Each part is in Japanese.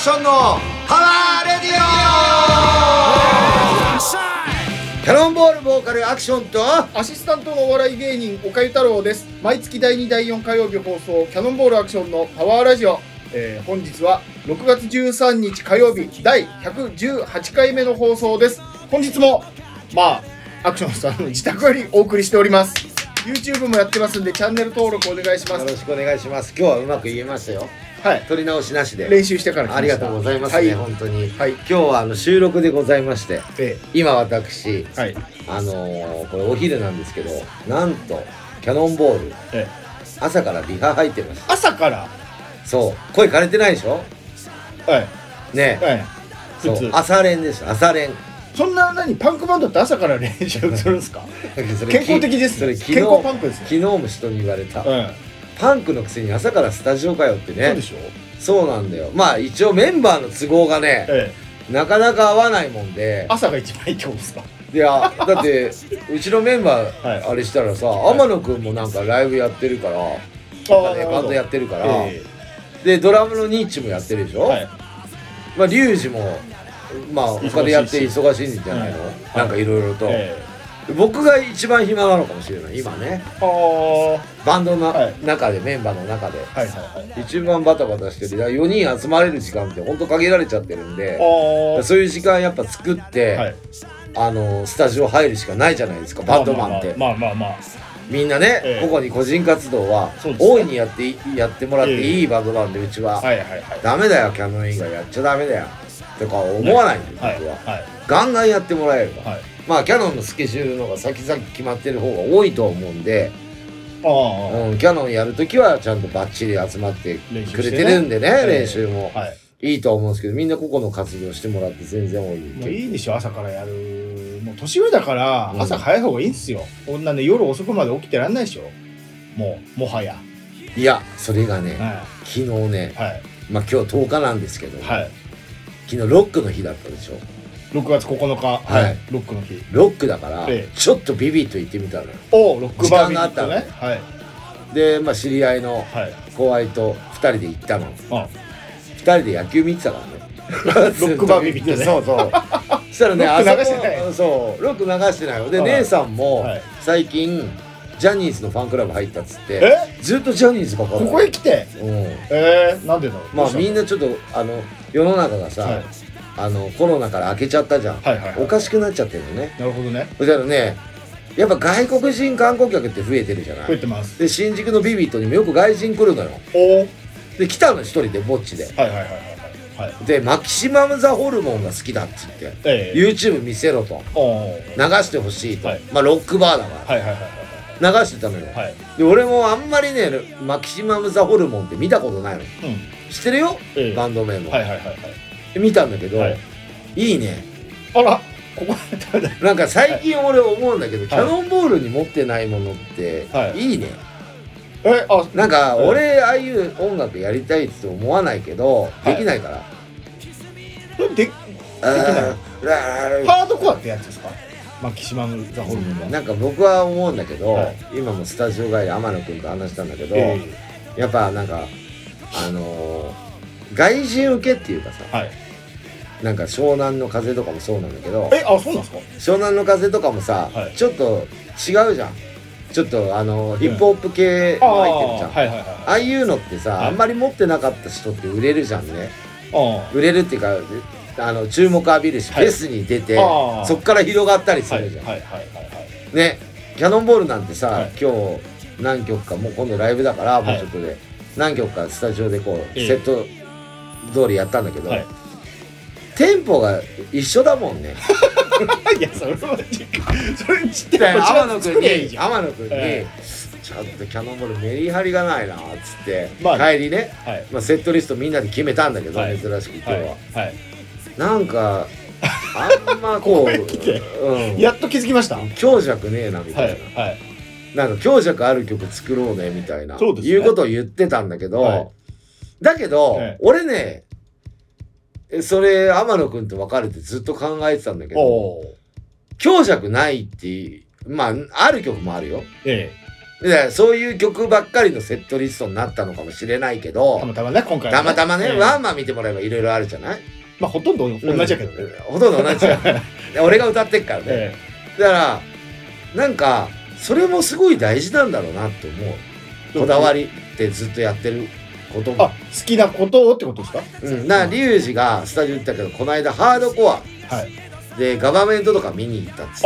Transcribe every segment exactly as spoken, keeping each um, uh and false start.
ションのパワーレディオ。キャノンボールボーカルアクションとアシスタントのお笑い芸人岡ゆ太郎です。毎月だいにだいよん火曜日放送キャノンボールアクションのパワーラジオ、えー、本日はろくがつじゅうさんにち火曜日だいひゃくじゅうはちかいめの放送です。本日もまあアクションさんの自宅よりお送りしております。 YouTube もやってますんでチャンネル登録お願いします。 よろしくお願いします。今日はうまく言えましたよ。はい、取り直しなしで練習してから来ました。 ありがとうございますね、はい、本当に、はい、今日はあの収録でございまして、ええ、今私、はい、あのー、これお昼なんですけど、なんとキャノンボール、ええ、朝からリハ入ってます。 朝から？ そう声枯れてないでしょ。はいねえ、はい、そう朝練です。朝練。 そんな何パンクバンドって朝から練習するんですか？健康的ですね。健康パンクですね。 昨日も人に言われた、うん、パンクのくせに朝からスタジオかよってね。 そうでしょ。 そうなんだよ。まあ一応メンバーの都合がね、ええ、なかなか合わないもんで、 朝が一番いいってことですか？ いやだってうちのメンバー、はい、あれしたらさ、はい、天野くんもなんかライブやってるから、なんかねバンドやってるから、ええ、でドラムのニッチもやってるでしょ、はい、まあリュウジもまあ他でやって忙しいんじゃないの、はい、なんかいろいろと、ええ、僕が一番暇なのかもしれない今ね。あバンドの中で、はい、メンバーの中で、はいはいはい、一番バタバタしてるよにん集まれる時間ってほんと限られちゃってるんで、そういう時間やっぱ作って、はい、あのスタジオ入るしかないじゃないですか、バンドマンって。 まあまあまあ、まあまあ、 みんなね、ええ、ここに個人活動は大いにやってやってもらっていいバンドなんで、うちは、はいはいはい、ダメだよキャノン以外やっちゃダメだよとか思わないんで、はい、僕は、はい、ガンガンやってもらえれば、はい、まあキャノンのスケジュールの方が先々決まってる方が多いと思うんで、あ、うん、キャノンやるときはちゃんとバッチリ集まってくれてるんでね、練習も、はい、いいと思うんですけど、みんな個々の活動してもらって全然多い。 もういいでしょ朝からやる。もう年上だから朝早い方がいいんですよ、うん、こんなね夜遅くまで起きてらんないでしょ、もうもはや。 いやそれがね、はい、昨日ね、はい、まあ今日とおかなんですけど、はい、昨日ロックの日だったでしょ。 ろくがつここのか、はいはい、ロックの日。 ロックだから、ええ、ちょっとビビッと行ってみたのよ。 おロックバービビッとね。時間があったのね、はい、で、まあ、知り合いの後輩とふたりで行ったの、はい、ふたりで野球見てたからねロックバービビットね。 そうそうそしたらね、ロック流してない。そうロック流してないよ。で、はい、姉さんも最近ジャニーズのファンクラブ入ったっつって、ずっとジャニーズかかる。 ここへ来て、うん、えー、なんでだろう。 まあみんなちょっとあの世の中がさ、はい、あのコロナから開けちゃったじゃん、はいはいはい、おかしくなっちゃってるのね。 なるほどね。 そしたらね、やっぱ外国人観光客って増えてるじゃない。 増えてます。 で新宿のビビットにもよく外人来るのよ。おで来たの一人でぼっちで、はいはいはいはい、でマキシマムザホルモンが好きだっつって、えー、YouTube 見せろと、流してほしいと、はい、まあロックバーだから、はいはいはいはい、流してたのよ、はい、で俺もあんまりねマキシマムザホルモンって見たことないの、うん、知ってるよ、えー、バンド名も、はいはいはいはい、見たんだけど、はい、いいね。 あらここなんか最近俺思うんだけど、はい、キャノンボールに持ってないものっていいね、はい、えあなんか俺ああいう音楽やりたいって思わないけど、はい、できないから。 で, できないハードコアってやつですか、マキシマムザホルモンは。 なんか僕は思うんだけど、はい、今もスタジオ帰り天野くんと話したんだけど、えー、やっぱなんかあのー、外人受けっていうかさ、はい、なんか湘南の風とかもそうなんだけど、 えあそうなんですか。 湘南の風とかもさ、はい、ちょっと違うじゃん。ちょっとあのヒップホップ系も入ってるじゃん、はいはいはい、ああいうのってさ、はい、あんまり持ってなかった人って売れるじゃんね。売れるっていうかあの注目浴びるし、はい、フェスに出てそっから広がったりするじゃん、はいはいはいはい、ね。キャノンボールなんてさ、はい、今日何曲かもう今度ライブだから、はい、もうちょっとで何曲かスタジオでこう、えー、セット通りやったんだけど、はい、テンポが一緒だもんねいやそれはそれ知ってる。 天野くんに天野くんに、えーちょっとキャノンボールメリハリがないなっつって、まあ、帰りね、はいまあ、セットリストみんなで決めたんだけど、はい、珍しく今日は、はいはい、なんかあんまこう、 うん、やっと気づきました。 強弱ねえなみたいな、はいはい、なんか強弱ある曲作ろうねみたいな、そうですね、いうことを言ってたんだけど、はい、だけど、はい、俺ねそれ天野くんと別れてずっと考えてたんだけど、強弱ないってまあある曲もあるよ、ええ、 でそういう曲ばっかりのセットリストになったのかもしれないけど、 たまたまね今回、ね、 たまたまね、 えー、 ワンマン見てもらえばいろいろあるじゃない。 まあほとんど同じだけどね、 うん、ほとんど同じだ俺が歌ってっからね、えー、だからなんかそれもすごい大事なんだろうなって思う。こだわりってずっとやってることも、 あ、好きなことをってことですか。 うんな、リュウジがスタジオ行ったけどこの間ハードコア、はい、でガバメントとか見に行ったっつって、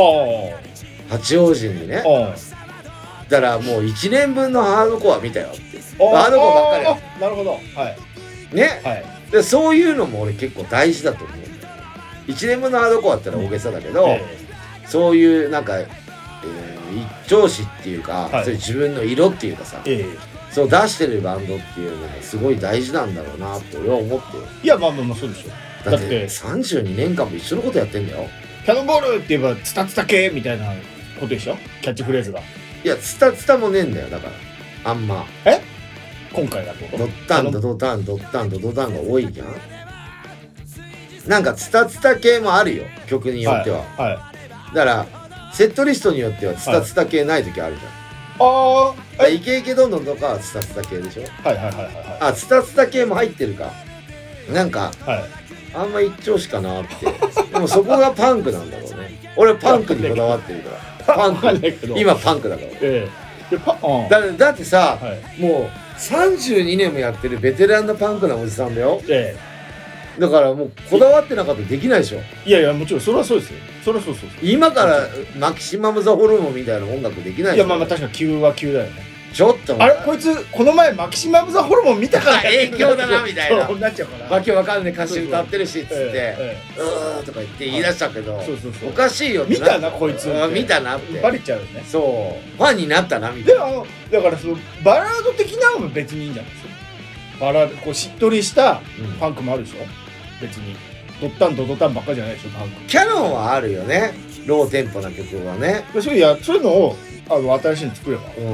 八王子にね。だからもういちねんぶんのハードコア見たよって。ハードコアばっかりや。 なるほど。はいね、はい、でそういうのも俺結構大事だと思うんだよ。いちねんぶんのハードコアってのは大げさだけど、えー、そういうなんか、えー、一調子っていうか、はい、そういう自分の色っていうかさ、えー、そう出してるバンドっていうのがすごい大事なんだろうなって俺は思ってる。 いやまあまあまあそうでしょ。 だってさんじゅうにねんかんも一緒のことやってんだよ。 キャノンボールって言えばツタツタ系みたいなことでしょ、キャッチフレーズが。 いやツタツタもねえんだよ。だからあんまえ今回だとドッタンドドタンドッタンドドタンが多いじゃん。なんかツタツタ系もあるよ曲によっては、はいはい、だからセットリストによってはツタツタ系ない時あるじゃん、はい、ああイケイケどんどんとかはツタツタ系でしょ。はいはいはいはい、はい、あツタツタ系も入ってるか。なんか、はい、あんま一丁しかなってでもそこがパンクなんだろうね。俺パンクにこだわってるからパンク今パンクだから、ええ、でパだ, だってさ、はい、もうさんじゅうにねんもやってるベテランのパンクなおじさんだよ、ええ、だからもうこだわってなかったらできないでしょ。 いやいやもちろんそれはそうですよ。それはそうそうそう。 今からマキシマムザホルモンみたいな音楽できないでしょ。 いやまあまあ確かに急は急だよね。 ちょっとあれこいつこの前マキシマムザホルモン見たから影響だなみたいなそうなっちゃうからわけわかんない歌詞歌ってるしっつってうーとか言って言い出したけど、そうそうそうおかしいよって見たなこいつ見たなってバレちゃうよね。 そうファンになったなみたいな。 でもだからそのバラード的なのも別にいいんじゃないですか。バラードこうしっとりしたパンクもあるでしょ、うん、別にドッタンドドタンばっかじゃないでしょパンク。 キャノンはあるよねローテンポな曲はね。 そういうやそういうのをあの新しいの作れば、うん、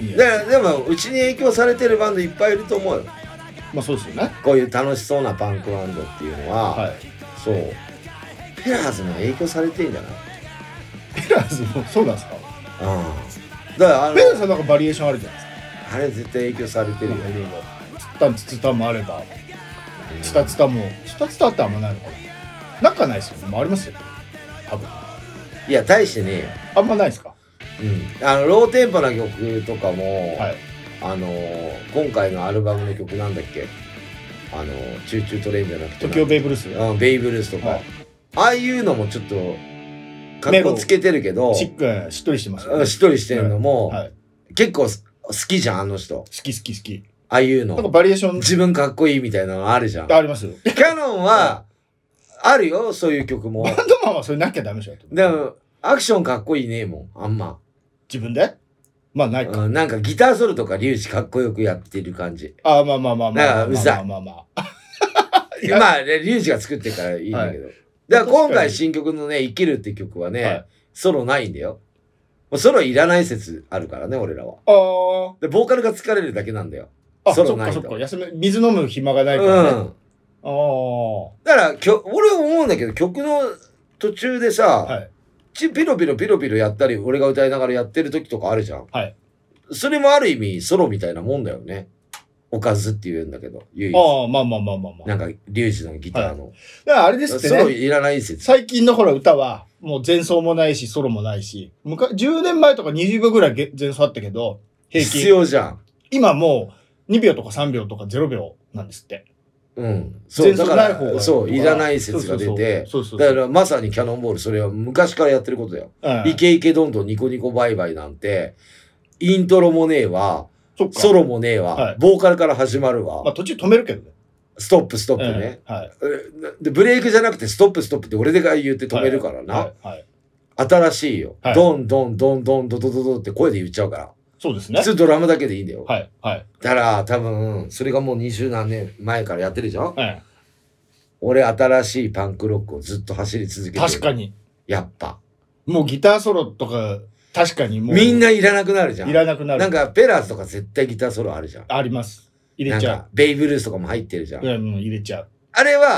いいで, でもうちに影響されてるバンドいっぱいいると思うよ。 まあそうですよね。 こういう楽しそうなパンクバンドっていうのは、はい、そうペラーズも影響されてんじゃない。 ペラーズもそうなんですか。 うんだからあのペラーズはなんかバリエーションあるじゃないですか。 あれ絶対影響されてるよ。いろいろツッタンツツタもあればツタツタもツタツタってあんまないのかな。なんかないですよね。もありますよ多分。いや大してねあんまないですか。 うん、あのローテンポな曲とかも、はい、あのー、今回のアルバムの曲なんだっけあのー、チューチュートレインじゃなくて東京ベイブルース、 うん、ベイブルースとか、はい、ああいうのもちょっとかっこつけてるけどしっしっとりしてますよね。 しっとりしてるのも、はい、結構好きじゃんあの人。好き好き好き。 ああいうのなんかバリエーション自分かっこいいみたいなのあるじゃん。 ありますよ。 キャノンはあるよそういう曲も。 バンドマンはそれなきゃダメでしょ。 でもアクションかっこいいねもんあんま。 自分でまあないか、 うん、なんかギターソロとかリュウジかっこよくやってる感じ。 ああまあまあまあまあまあまあまあまあまあまあリュウジが作ってるからいいんだけど、はい、だから今回新曲のね生きるって曲はね、はい、ソロないんだよ。ソロいらない説あるからね俺らは。あでボーカルが疲れるだけなんだよ。 あソロないと。そっかそっか休め水飲む暇がないからね、うん、あだからきょ俺思うんだけど曲の途中でさ、はいピロピロピロピロやったり俺が歌いながらやってる時とかあるじゃん、はい、それもある意味ソロみたいなもんだよね。おかずって言うんだけど唯一。 ああまあまあまあまあまあなんかリュウジのギターの、はい、 だからあれですってねソロいらない説。 最近のほら歌はもう前奏もないしソロもないし昔じゅうねんまえとかにじゅうびょうぐらい前奏あったけど平均必要じゃん。 今もうにびょうとかさんびょうとかゼロびょうなんですって。 うん、そうだからそういらない説が出てだからまさにキャノンボールそれは昔からやってることだよ、うん、イケイケどんどんニコニコバイバイなんてイントロもねえわソロもねえわ、はい、ボーカルから始まるわ、 まあ、途中止めるけどねストップストップね、うんはい、でブレイクじゃなくてストップストップって俺が言って止めるからな、はいはいはい、新しいよ、はい、ドンドンドンドンドドドドって声で言っちゃうからそうですね。 普通ドラムだけでいいんだよ。 はいはい。 だから多分それがもう二十何年前からやってるじゃん。はい。俺新しいパンクロックをずっと走り続けてる。 確かに。 やっぱ。 もうギターソロとか確かにもうみんないらなくなるじゃん。 いらなくなる。 なんかペラーズとか絶対ギターソロあるじゃん。 あります。入れちゃう。 なんかベイブルースとかも入ってるじゃん。 いやもう入れちゃう。 あれは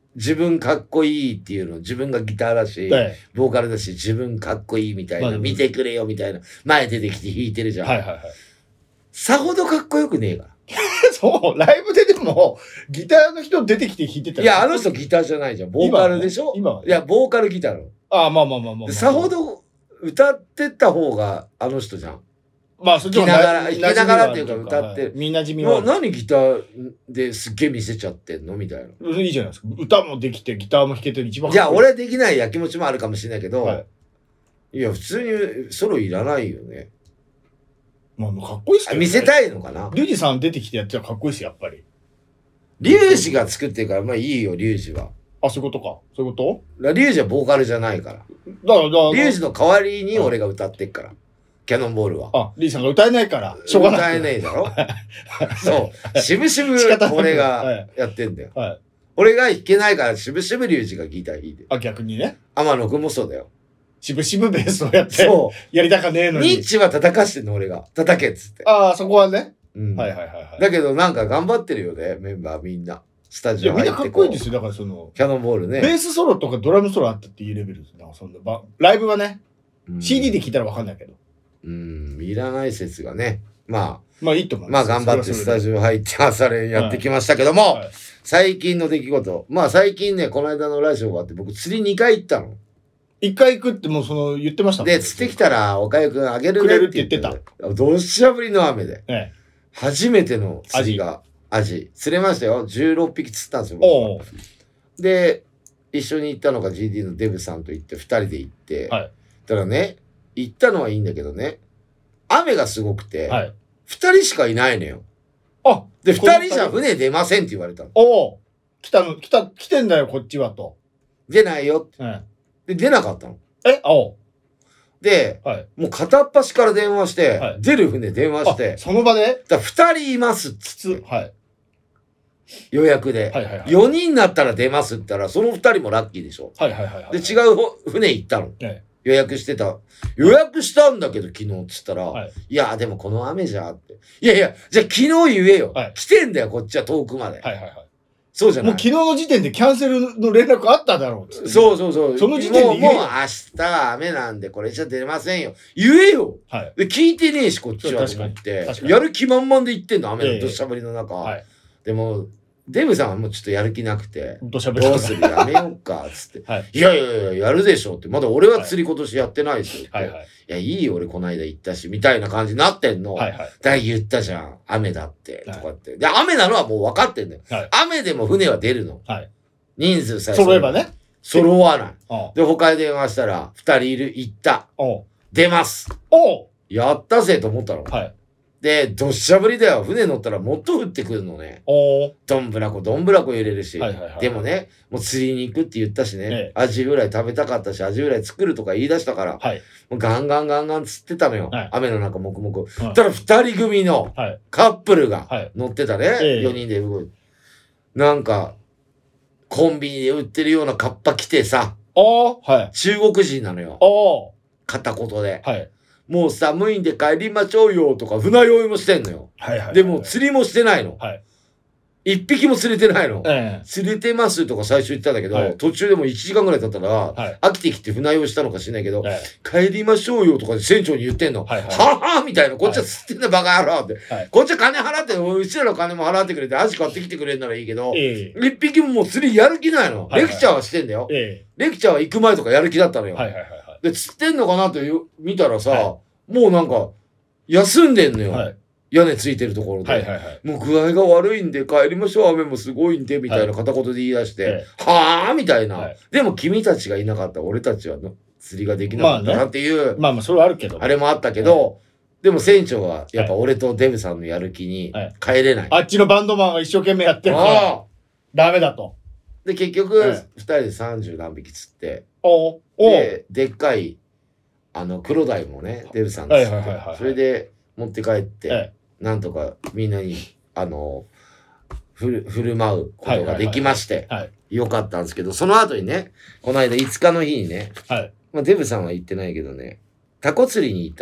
自分かっこいいっていうの、自分がギターだし、 はい、 ボーカルだし、自分かっこいいみたいな、 まあ、 見てくれよみたいな、前出てきて弾いてるじゃん。 はいはいはい。 さほどかっこよくねえから。 そう、ライブででも、ギターの人出てきて弾いてたら。 いや、あの人ギターじゃないじゃん。ボーカルでしょ今は、ね、 いや、ボーカルギターの。 ああ、まあまあまあまあ、まあ。 さほど歌ってった方があの人じゃん。 まあ、そっち弾きながら、弾きながらっていうか歌って。 みんなじみは。 何ギターですっげえ見せちゃってんのみたいな。 いいじゃないですか。歌もできて、ギターも弾けてる一番。 じゃあ、俺できないやきもちもあるかもしれないけど、 はい、 いや、普通にソロいらないよね。 まあ、かっこいいっすけどね。 見せたいのかな。 リュウジさん出てきてやっちゃかっこいいっすよ、やっぱり。 リュウジが作ってるから、まあいいよ、リュウジは。 あ、そういうことか。そういうこと？ リュウジはボーカルじゃないから。だから、だから。 リュウジの代わりに俺が歌ってっから。キャノンボールは。 あ、リーさんが歌えないから。しょうがない。 歌えねえだろそう。しぶしぶ俺がやってんだよ。はい、俺が弾けないから、しぶしぶリュウジがギター弾いてる。 あ、逆にね。 天野くんもそうだよ。 しぶしぶベースをやって。 そう。 やりたかねえのに。 ニッチは叩かしてんの、俺が。叩けっつって。 ああ、そこはね。 うん。 はいはいはいはい。 だけどなんか頑張ってるよね、メンバーみんな。スタジオ入ってみんなかっこいいですよ。だからその。 キャノンボールね。 ベースソロとかドラムソロあったっていうレベルです。だからそんなば、ライブはね、うん、シーディー で聴いたらわかんないけど。 うん、いらない説がね。まあ。 まあいいと思います。まあ頑張ってスタジオ入って朝練やってきましたけども、はいはい、最近の出来事。まあ最近ね、この間のラジオがあって僕釣りにかい行ったの。 いっかい行くってもうその言ってましたもん。 で、釣ってきたらおかゆくんあげるねって言ってた。どっしゃぶりの雨で。ええ、初めての釣りがアジ。釣れましたよ。じゅうろっぴき釣ったんですよ。僕で、一緒に行ったのが ジーディー のデブさんと行ってふたりで行って。はい、だからね、行ったのはいいんだけどね、雨がすごくて、はい、ふたりしかいないのよ。あ、で、ふたりじゃ船出ませんって言われたの。 おお、来たの、来た、来てんだよ、こっちはと。 出ないよって。はい、で、出なかったの。 え、おで、はい、もう片っ端から電話して、はい、出る船電話して、 その場でだふたりいますっつって。はい、予約で、 はいはいはい。 よにんになったら出ますって言ったら、そのふたりもラッキーでしょ。 はいはいはい、はい。 で、違う船行ったの。はい、予約してた。予約したんだけど昨日っつったら、はい、いや、でもこの雨じゃって。いやいや、じゃあ昨日言えよ。はい、来てんだよ、こっちは遠くまで。はいはいはい。そうじゃない。 もう昨日の時点でキャンセルの連絡あっただろうっつって。 そうそうそう。 その時点で言えよ。もう、もう明日は雨なんでこれじゃ出ませんよ。言えよ。はい。で、聞いてねえし、こっちはと思って。やる気満々で言ってんの、雨のどっしゃ降りの中。はい。でも、デブさんはもうちょっとやる気なくて、どうするやめようか、つって。はい、いやいやいや、やるでしょって。まだ俺は釣り今年やってないですよって。はいはい、いや、いいよ、俺この間行ったし、みたいな感じになってんの。はいはい、だから言ったじゃん。雨だって、とかって。で、雨なのはもう分かってんだよ。はい、雨でも船は出るの。はい、人数さえ揃えばね。 揃わない。で、他で電話したら、二人いる、行った。出ます。 おやったぜと思ったの。はいで、どっしゃぶりだよ。船乗ったらもっと降ってくるのね。おどんぶらこ、どんぶらこ揺れるし。はいはいはい、でもね、もう釣りに行くって言ったしね、ええ、アジフライ食べたかったし、アジフライ作るとか言い出したから、はい、もうガンガンガンガン釣ってたのよ。はい、雨の中、もくもく。はい、たら二人組のカップルが乗ってたね。はい、よにんで動いて。なんか、コンビニで売ってるようなカッパ着てさ、おはい、中国人なのよ。お片言で。はいもう寒いんで帰りましょうよとか船酔いもしてんのよ。はいはいはいはい、でも釣りもしてないの。はい、一匹も釣れてないの。ええ、釣れてますとか最初言ったんだけど、はい、途中でもいちじかんぐらい経ったら、はい、飽きてきて船酔いしたのかしないけど、はい、帰りましょうよとかで船長に言ってんの。はいはい、ははみたいな。こっちは釣ってんだバカ野郎って。はい、こっちは金払って、うちらの金も払ってくれて、アジ買ってきてくれるならいいけど、ええ、一匹ももう釣りやる気ないの。はいはい、レクチャーはしてんだよ。ええ、レクチャーは行く前とかやる気だったのよ。はいはいはいはい、で、釣ってんのかなって見たらさ、はいもうなんか、休んでんのよ。はい、屋根ついてるところで、はいはいはい。もう具合が悪いんで帰りましょう、雨もすごいんで、みたいな片言で言い出して、はい、はぁみたいな、はい。でも君たちがいなかったら俺たちは釣りができなかったなっていう。まあ、ね、 まあまあ、それはあるけど。 あれもあったけど、はい、でも船長はやっぱ俺とデブさんのやる気に帰れない。 はい、あっちのバンドマンが一生懸命やってるから、ダメだと。 で、結局、二人で三十何匹釣って、おで、でっかい、あの、黒鯛もね、デブさんが釣って、それで持って帰って、はい、なんとかみんなに、あの、ふる、振る舞うことができまして、よかったんですけど、その後にね、この間いつかの日にね、はい、まあ、デブさんは行ってないけどね、タコ釣りに行ったの。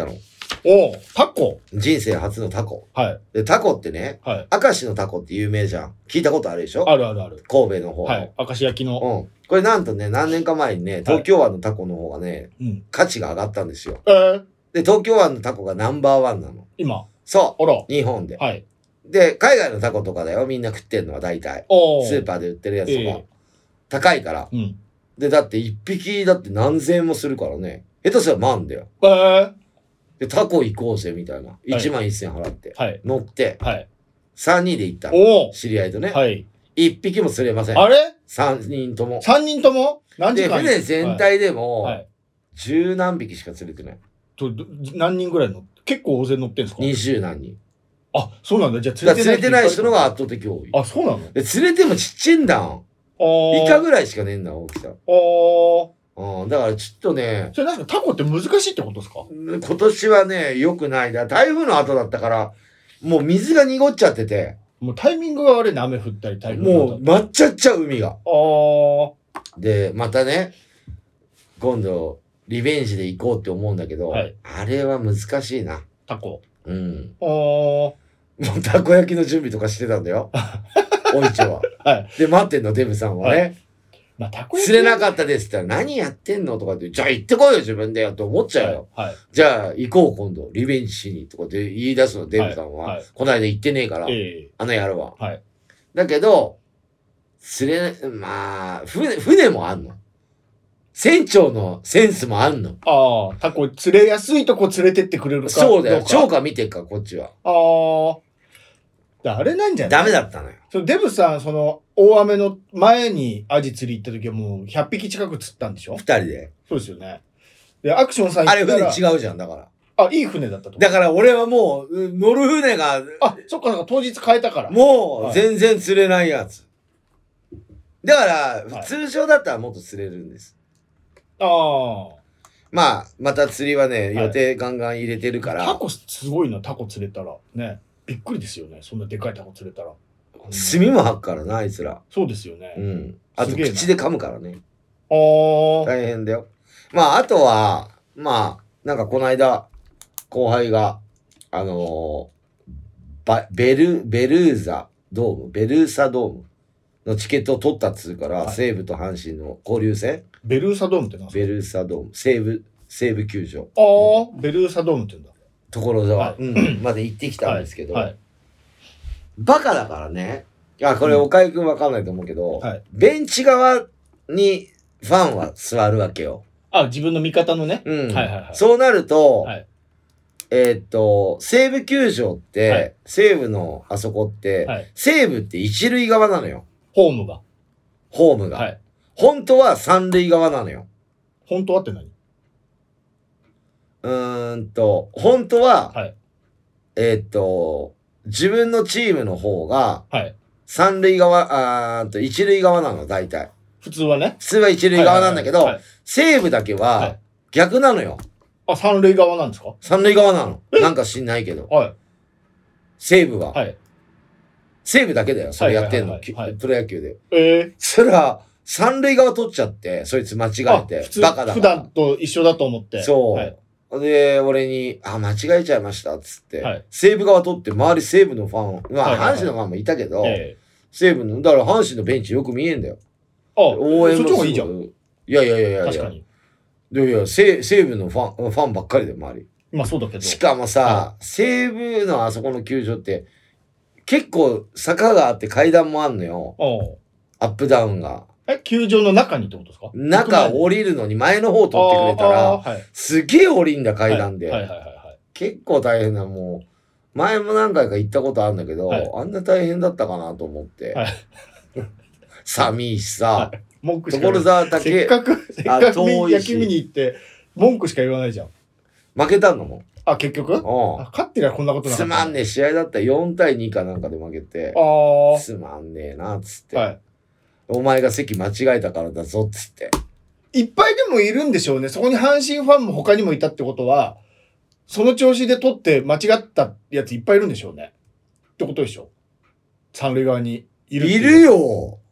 おう、タコ。 人生初のタコ。 はい。 で、タコってね、 はい。 明石のタコって有名じゃん。聞いたことあるでしょ？ あるあるある。 神戸の方の。 はい。明石焼きの。 うん。これなんとね、何年か前にね、東京湾のタコの方がね、はい、価値が上がったんですよ。えー、で、東京湾のタコがナンバーワンなの。 今。 そう。 あら。 日本で。 はい。 で、海外のタコとかだよ。みんな食ってんのは大体。スーパーで売ってるやつとか。えー、高いから。うん。で、だって一匹だって何千円もするからね。下手すら万だよ。えー、で、タコ行こうぜ、みたいな。はい、いちまんせんえん払って。はい、乗って。はい、さんにんで行ったの。知り合いとね。はい、いっぴきも釣れません。あれ ?さん 人とも。 さんにんとも何時間で、船全体でも、十何匹しか釣れてない。 と何人ぐらいの結構大勢乗ってんですか？ 二十何人。 あ、そうなんだ。じゃあ釣れてない。釣れてない人のが圧倒的多い。 あ、そうなの？ で、釣れてもちっちゃいんだ。あイカぐらいしかねえんだ、大きさ。ああ。だからちょっとね。 それなんかタコって難しいってことですか？ 今年はね、良くない。だ台風の後だったから、もう水が濁っちゃってて。 もうタイミングが悪いね、雨降ったり台風もう、まっちゃっちゃう、海が。ああ。で、またね、今度、リベンジで行こうって思うんだけど、はい、あれは難しいな。 タコ。 うん。ああ。もうたこ焼きの準備とかしてたんだよ。おいちょは。はい。で、待ってんの、デブさんはね。はい、まあ、たこ焼き。釣れなかったですって言ったら、何やってんのとかって、じゃあ行ってこいよ、自分でよって思っちゃうよ。はい。はい、じゃあ行こう、今度。リベンジしに。とかって言い出すの、デブさんは。はいはい、この間行ってねえから。えー、あの野郎は。はい。だけど、釣れ、まあ、船、船もあんの。船長のセンスもあんの。 ああ、タコ釣れやすいとこ連れてってくれるか。 そうだよ。超過見てっか、こっちは。ああ。あれなんじゃない？ ダメだったのよ。 そデブさん、その、大雨の前にアジ釣り行った時はもうひゃっぴき近く釣ったんでしょ？ 二人で。 そうですよね。で、アクションさん行ったら。 あれ船違うじゃん、だから。 あ、いい船だったと。 だから俺はもう、乗る船が。 あ、そっか、当日変えたから。 もう、全然釣れないやつ。だから、はい、通常だったらもっと釣れるんです。ああ。まあ、また釣りはね、予定ガンガン入れてるから。 タコすごいな、タコ釣れたら。ね。びっくりですよね。そんなでかいタコ釣れたら。 炭も吐くからな、あいつら。 そうですよね。 うん。あと、口で噛むからね。ああ。大変だよ。まあ、あとは、まあ、なんかこの間、後輩が、あのー、バ、ベル、ベルーザドーム、ベルーサドームのチケットを取ったっつうから、はい、西武と阪神の交流戦。 ベルーサドームって何ですか？ ベルーサドーム。西武、西武球場。 ああ、うん、ベルーサドームって言うんだ。 所沢、はい、うん、まで行ってきたんですけど、はいはい、バカだからね。いや、これ、岡井くんわかんないと思うけど、はい、ベンチ側にファンは座るわけよ。 あ、自分の味方のね。 うん。はいはいはい。そうなると、はい、えー、っと、西武球場って、はい、西武のあそこって、はい、西武って一塁側なのよ。 ホームが。 ホームが。はい、本当は三塁側なのよ。 本当はって何？ うーんと、本当は、はい、えー、っと、自分のチームの方が、はい、三塁側、あーと一塁側なの、大体。 普通はね。 普通は一塁側なんだけど、はいはいはいはい、西武だけは逆なのよ。 あ、三塁側なんですか？ 三塁側なの。なんか知んないけど。はい。西武は。はい。西武だけだよ、それやってんの。はいはいはいはい、プロ野球で。ええー。それは、三塁側取っちゃって、そいつ間違えて。バカだから。 普段と一緒だと思って。 そう。はい、で、俺に、あ、間違えちゃいました、つって。はい、西武側取って、周り西武のファン、まあ、はいはいはい、阪神のファンもいたけど、えー、西武の、だから阪神のベンチよく見えんだよ。 あ、応援もそっちの方がいいじゃん。 いやいやいやいや。確かに。いやいや、西西武のファン、ファンばっかりだよ、周り。 まあそうだけど。 しかもさ、はい、西武のあそこの球場って、結構坂があって階段もあんのよ。アップダウンが。 え、球場の中にってことですか？ 中降りるのに前の方通ってくれたら、はい、すげえ降りんだ階段で、はいはいはいはいはい。結構大変な、もう、前も何回か行ったことあるんだけど、はい、あんな大変だったかなと思って。はい、寒いしさ、はい、 文句しか言わない。せっかく、せっかく野球見に行って、文句しか言わないじゃん。 負けたのも。 あ、結局？うん。勝ってりゃこんなことなかった。 つまんねえ試合だったらよんたいにかなんかで負けて、あつまんねえな、つって。はい。お前が席間違えたからだぞ、つって。 いっぱいでもいるんでしょうね。そこに阪神ファンも他にもいたってことは、その調子で取って間違ったやついっぱいいるんでしょうね。ってことでしょ。三塁側にいる。 いるよ。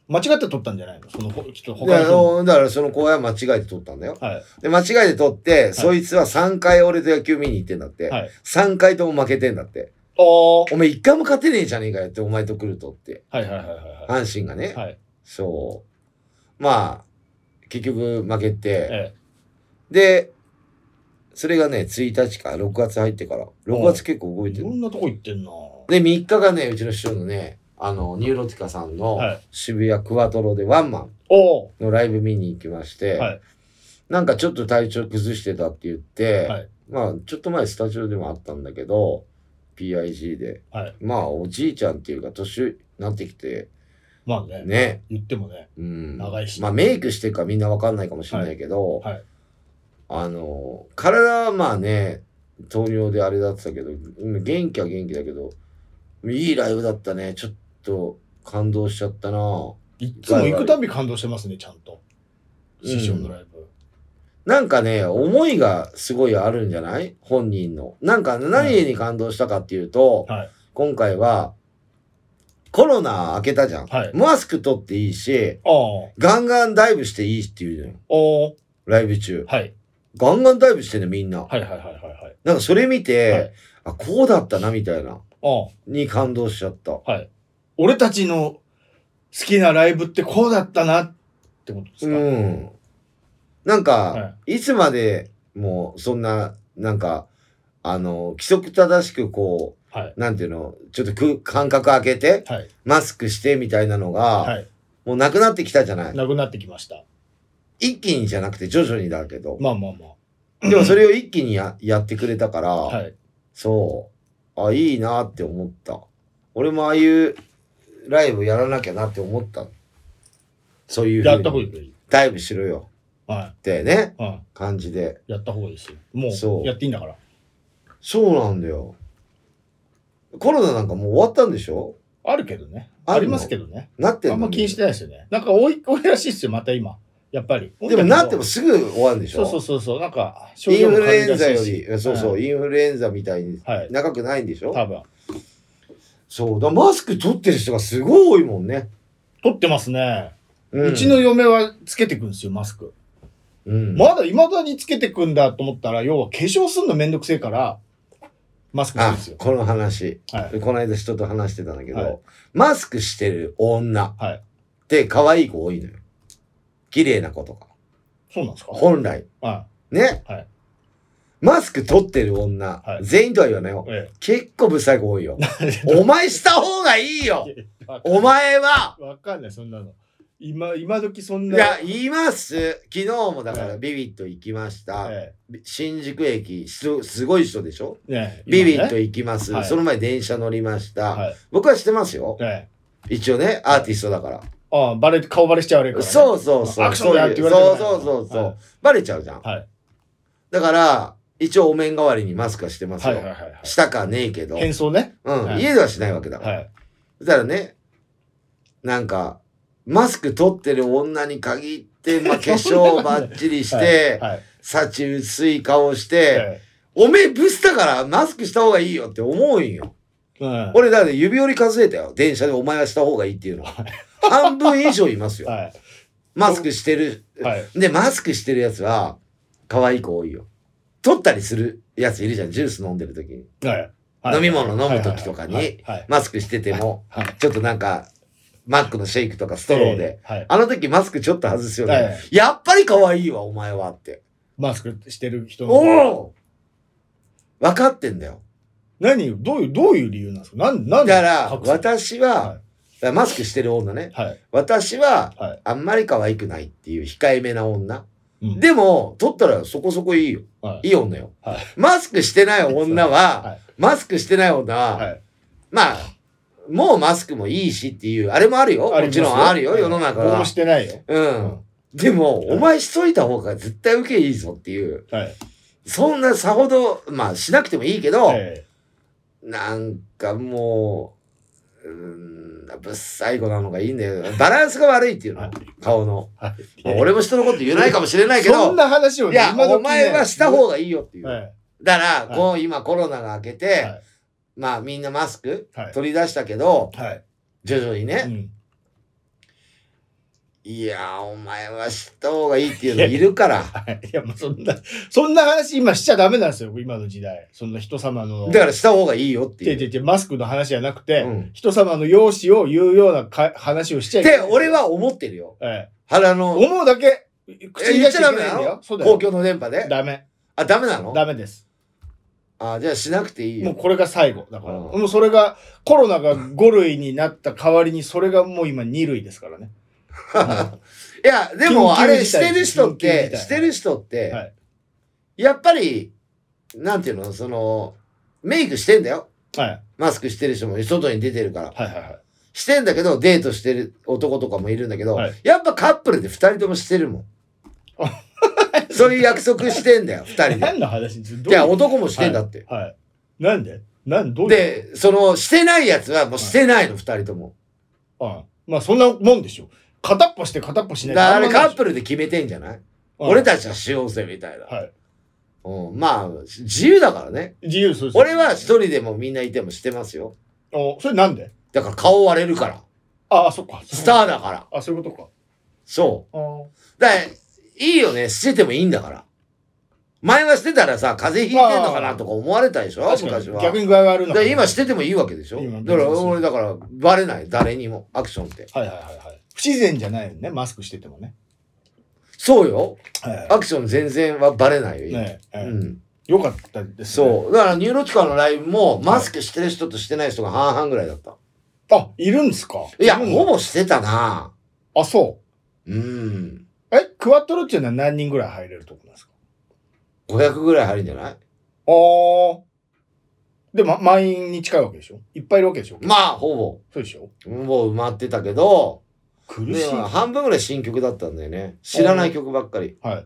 間違って撮ったんじゃないの？その人他の人。だからその子は間違えて撮ったんだよ。 はい、 で間違えて撮って、はい、そいつはさんかい俺と野球見に行ってんだって。はい、さんかいとも負けてんだって。お前いっかいも勝てねえじゃねえかよってお前と来るとって。はいはいはいはい。阪神がね。はい、そう。まあ、結局負けて。ええ、で、それがね、ついたちか、ろくがつ入ってから。ろくがつ結構動いてる。 いろんなとこ行ってんな。 で、みっかがね、うちの師匠のね、あの、ニューロティカさんの渋谷クワトロでワンマンのライブ見に行きまして、はい、なんかちょっと体調崩してたって言って、はい、まあ、ちょっと前スタジオでもあったんだけど、ピーアイジー で。はい、まあ、おじいちゃんっていうか、年になってきて、 まあね。 ね。 言ってもね。うん。長いし。 まあ、メイクしてるからみんなわかんないかもしれないけど、はいはい、あの、体はまあね、糖尿であれだってたけど、元気は元気だけど、いいライブだったね。ちょっと感動しちゃったな。 いつも行くたび感動してますね、ちゃんと。師匠のライブ、うん。 なんかね、思いがすごいあるんじゃない？本人の。なんか何に感動したかっていうと、はい、今回は、コロナ明けたじゃん。はい、マスク取っていいし、ガンガンダイブしていいって言うのよ。ライブ中。はい、ガンガンダイブしてんのみんな。はいはいはいはい。なんかそれ見て、はい、あ、こうだったなみたいな。に感動しちゃった。 はい。俺たちの好きなライブってこうだったなってことですか？うん。 なんか、はい、いつまでもそんな、なんか、あの、規則正しくこう、はい、なんていうの、ちょっとく間隔空けて、はい、マスクしてみたいなのが、はい、もうなくなってきたじゃない。 なくなってきました。 一気にじゃなくて徐々にだけど。 まあまあまあ。でもそれを一気に や, やってくれたから、はい、そう。あ、いいなって思った。俺もああいうライブやらなきゃなって思った。そういうふうに。 やった方がいい。 ダイブしろよ。はい。ってね、はい、感じで。 やった方がいいですよ。もう、そうやっていいんだから。 そうなんだよ。コロナなんかもう終わったんでしょ？ あるけどね。ありますけどね。 なってんの？ あんま気にしてないですよね。なんか多い、多いらしいですよ、また今。やっぱり。 でもなってもすぐ終わるんでしょ？ そうそうそう。なんか、 インフルエンザより、そうそう、はい、インフルエンザみたいに長くないんでしょ？ 多分。 そうだ、マスク取ってる人がすごい多いもんね。 取ってますね。うん、うちの嫁はつけてくんですよ、マスク。うん、まだ未だにつけてくんだと思ったら、要は化粧すんのめんどくせえから、マスクするんですよ。 この話、はい、この間人と話してたんだけど、はい、マスクしてる女って可愛い子多いのよ。綺麗な子とか。 そうなんですか？ 本来。はい、ね、はい。マスク取ってる女、はい、全員とは言わないよ。ええ、結構ブサイク多いよ。お前した方がいいよお前はわかんない、そんなの。今、今時そんな。 いや、言います。昨日もだからビビット行きました。ええ、新宿駅、す、すごい人でしょ、ね、ビビット行きます、はい。その前電車乗りました。はい、僕は知ってますよ。ええ、一応ね、アーティストだから。 ああ、バレ、顔バレしちゃうから、ね。 そうそうそう。 アクションだって言われてる。 そうそうそうそう、はい。バレちゃうじゃん。はい、だから、一応お面代わりにマスクはしてますよ。はいはいはいはい、したかねえけど。 変装ね。 うん、はい、家ではしないわけだから。はい、そしたらね、なんか、マスク取ってる女に限って、まあ、化粧バッチリして、はいはい、幸薄い顔して、はい、おめえブスだからマスクした方がいいよって思うんよ。はい、俺だって指折り数えたよ。電車でお前はした方がいいっていうの。はい、半分以上いますよ。はい、マスクしてる、はい。で、マスクしてるやつは、可愛い子多いよ。取ったりするやついるじゃん。ジュース飲んでる時に。はいはい、飲み物飲む時とかに、マスクしてても、はいはい、ちょっとなんか、マックのシェイクとかストローで、はい、あの時マスクちょっと外すよね。はいはい、やっぱり可愛いわ、お前はって。 マスクしてる人の。 お分かってんだよ。 何どういう、どういう理由なんですか？なん、なんだから、私は、はい、マスクしてる女ね。はい、私は、はい、あんまり可愛くないっていう控えめな女。うん、でも、取ったらそこそこいいよ。はい、いい女よ、はい。マスクしてない女は、はい、マスクしてない女は、はい、まあ、もうマスクもいいしっていう、あれもあるよ。もちろんあるよ、はい、世の中は。 僕もしてないよ。 うん。うん、でも、はい、お前しといた方が絶対受けいいぞっていう。はい、そんなさほど、まあしなくてもいいけど、はい、なんかもう、うーん、ぶっ最後なのがいいんだよ。バランスが悪いっていうの。はい、顔の、はい。俺も人のこと言えないかもしれないけど。 そんな話をね、 いや、お前はした方がいいよっていう。はい、だから、こう今コロナが明けて、はい、まあみんなマスク取り出したけど、はい、徐々にね、うん、 いやお前は知った方がいいっていうのいるからいやもうそんなそんな話今しちゃダメなんですよ今の時代。そんな人様のだからした方がいいよっていう。 てててマスクの話じゃなくて、うん、人様の容姿を言うようなか話をしちゃいけない。 って俺は思ってるよ。 ええ、 腹の思うだけ口に出しちゃダメだよ。 そうだよ。公共の電波で。 ダメ。 あダメなの？ ダメです。 あじゃあしなくていいよ。 もうこれが最後だから。もうそれがコロナがご類になった代わりにそれがもう今に類ですからね。 いやでもあれしてる人ってしてる人って、はい、やっぱりなんていうのそのメイクしてんだよ、はい、マスクしてる人も外に出てるから、はいはいはい、してんだけどデートしてる男とかもいるんだけど、はい、やっぱカップルでふたりともしてるもんそういう約束してんだよふたりで。 何の話？ いや男もしてんだって、 はいはい、なんでなんどうでそのしてないやつはもうしてないの、はい、ふたりとも。 ああまあそんなもんでしょ。片っぽして片っぽしないと。 あれカップルで決めてんじゃない？俺たちはしようぜみたいな。はい。うん、まあ自由だからね。 自由そうです。 俺は一人でもみんないてもしてますよ。 おそれなんで？ だから顔割れるから。 ああそっか。 スターだから。 あそういうことか。 そう。だからいいよねしててもいいんだから。前はしてたらさ風邪ひいてんのかなとか思われたでしょ昔は。 逆に具合があるのか。 今しててもいいわけでしょ。だから俺だからバレない誰にもアクションって。 はいはいはいはい。不自然じゃないよねマスクしててもね。 そうよ、はい、アクション全然はバレないよ、ねえうん、よかったですね。そうだからニューロティカのライブもマスクしてる人としてない人が半々ぐらいだった。 あいるんですか？ いやほぼしてたなあそう。 うんえクワトロっていうのは何人ぐらい入れるとこなんですか？ ごひゃくぐらい入るんじゃない？ああで、ま、満員に近いわけでしょ？いっぱいいるわけでしょ？ まあほぼそうでしょ？ もう埋まってたけど苦しい。 半分ぐらい新曲だったんだよね。知らない曲ばっかり。 はい。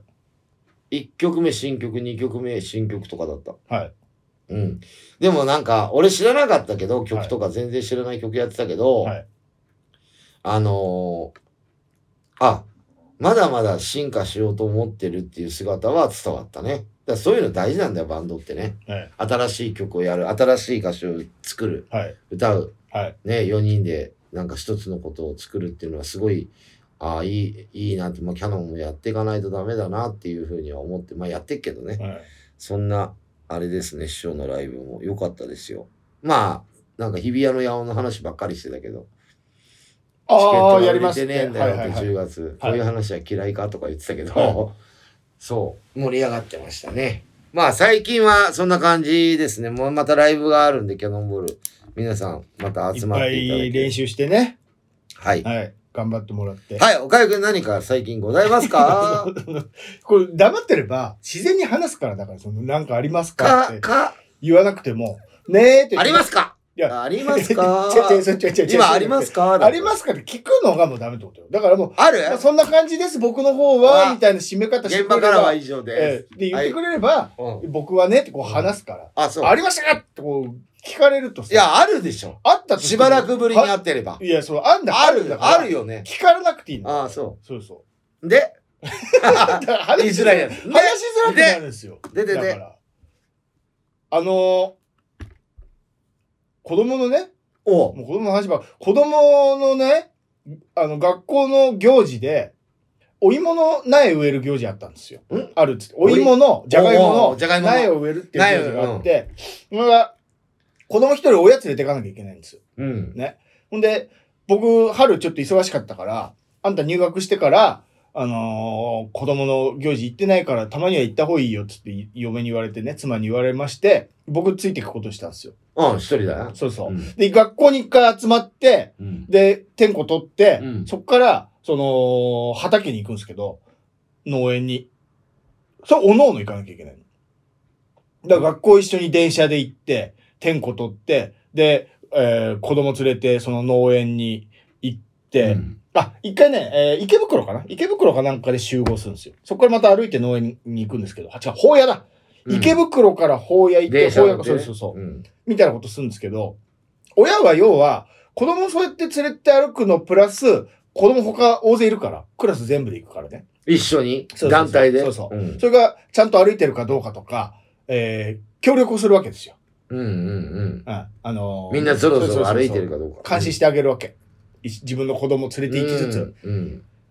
いっきょくめ新曲、にきょくめ新曲とかだった。 はい。 うん。でもなんか、俺知らなかったけど、曲とか全然知らない曲やってたけど、はい、あのー、あ、まだまだ進化しようと思ってるっていう姿は伝わったね。だからそういうの大事なんだよ、バンドってね。はい、新しい曲をやる、新しい歌詞を作る、はい、歌う、はい、ね、よにんで、なんか一つのことを作るっていうのはすごい、ああ、いい、いいなって、まあ、キャノンもやっていかないとダメだなっていうふうには思って、まあ、やってっけどね。はい、そんな、あれですね、師匠のライブも良かったですよ。まあ、なんか日比谷の野音の話ばっかりしてたけど、 ああ、やりますね。チケットが売れてねえんだよってじゅうがつ、こういう話は嫌いかとか言ってたけど、はい、そう、盛り上がってましたね。まあ、最近はそんな感じですね。もうまたライブがあるんで、キャノンボール。皆さんまた集まっていただいて。 いっぱい練習してね。 はい。 はい。頑張ってもらって。 はい。岡井くん何か最近ございますか？ これ黙ってれば自然に話すからだから、そのなんかありますかって言わなくても、ねーって。 ありますか？いや、ありますか？今ありますか？ ありますかって聞くのがもうダメってことよ。だからもう、 ある？ まあ、そんな感じです、僕の方は、みたいな締め方してくれれば。 現場からは以上で。 えー、で、言ってくれれば、はい、僕はねってこう話すから。 あ、そう。 ありましたかってこう、聞かれるとさ。 いや、あるでしょ。 あったとしばらくぶりに会ってれば。 いや、そう、あんだある、あるよね。 聞かれなくていいんだ。 ああ、そう。 そうそう。 で話しづらいやつ。話しづらくなるんですよ。 で、で、で。 だから、あのー、子供のね、 おもう子供の話ば、子供のね、あの、学校の行事で、お芋の苗植える行事あったんですよ。あるっつって。お芋の、じゃがいもの苗を植えるっていう行事があって、それが、子供一人親連れていかなきゃいけないんですよ。 うん。 ね。ほんで、僕、春ちょっと忙しかったから、あんた入学してから、あのー、子供の行事行ってないから、たまには行った方がいいよっつって嫁に言われてね、妻に言われまして、僕ついていくことしたんですよ。 うん、一人だよ。 そうそう。うん、で、学校に一回集まって、うん、で、点呼取って、うん、そっから、その、畑に行くんですけど、農園に。それ、おのおの行かなきゃいけないの。だから学校一緒に電車で行って、点呼取って、で、えー、子供連れて、その農園に行って、うん、あ、一回ね、えー、池袋かな池袋かなんかで集合するんですよ。そこからまた歩いて農園に行くんですけど、あ、違う、宝屋だ、うん、池袋から宝屋行って、宝屋が、そうそうそう、うん、みたいなことするんですけど、親は要は、子供そうやって連れて歩くのプラス、子供他大勢いるから、クラス全部で行くからね。 一緒に団体で。 そうそう。うん、それがちゃんと歩いてるかどうかとか、えー、協力をするわけですよ。 うんうんうん。うん、 あのー、 みんなそろそろ歩いてるかどうか。 監視してあげるわけ。自分の子供連れて行きつつ。 うんうん、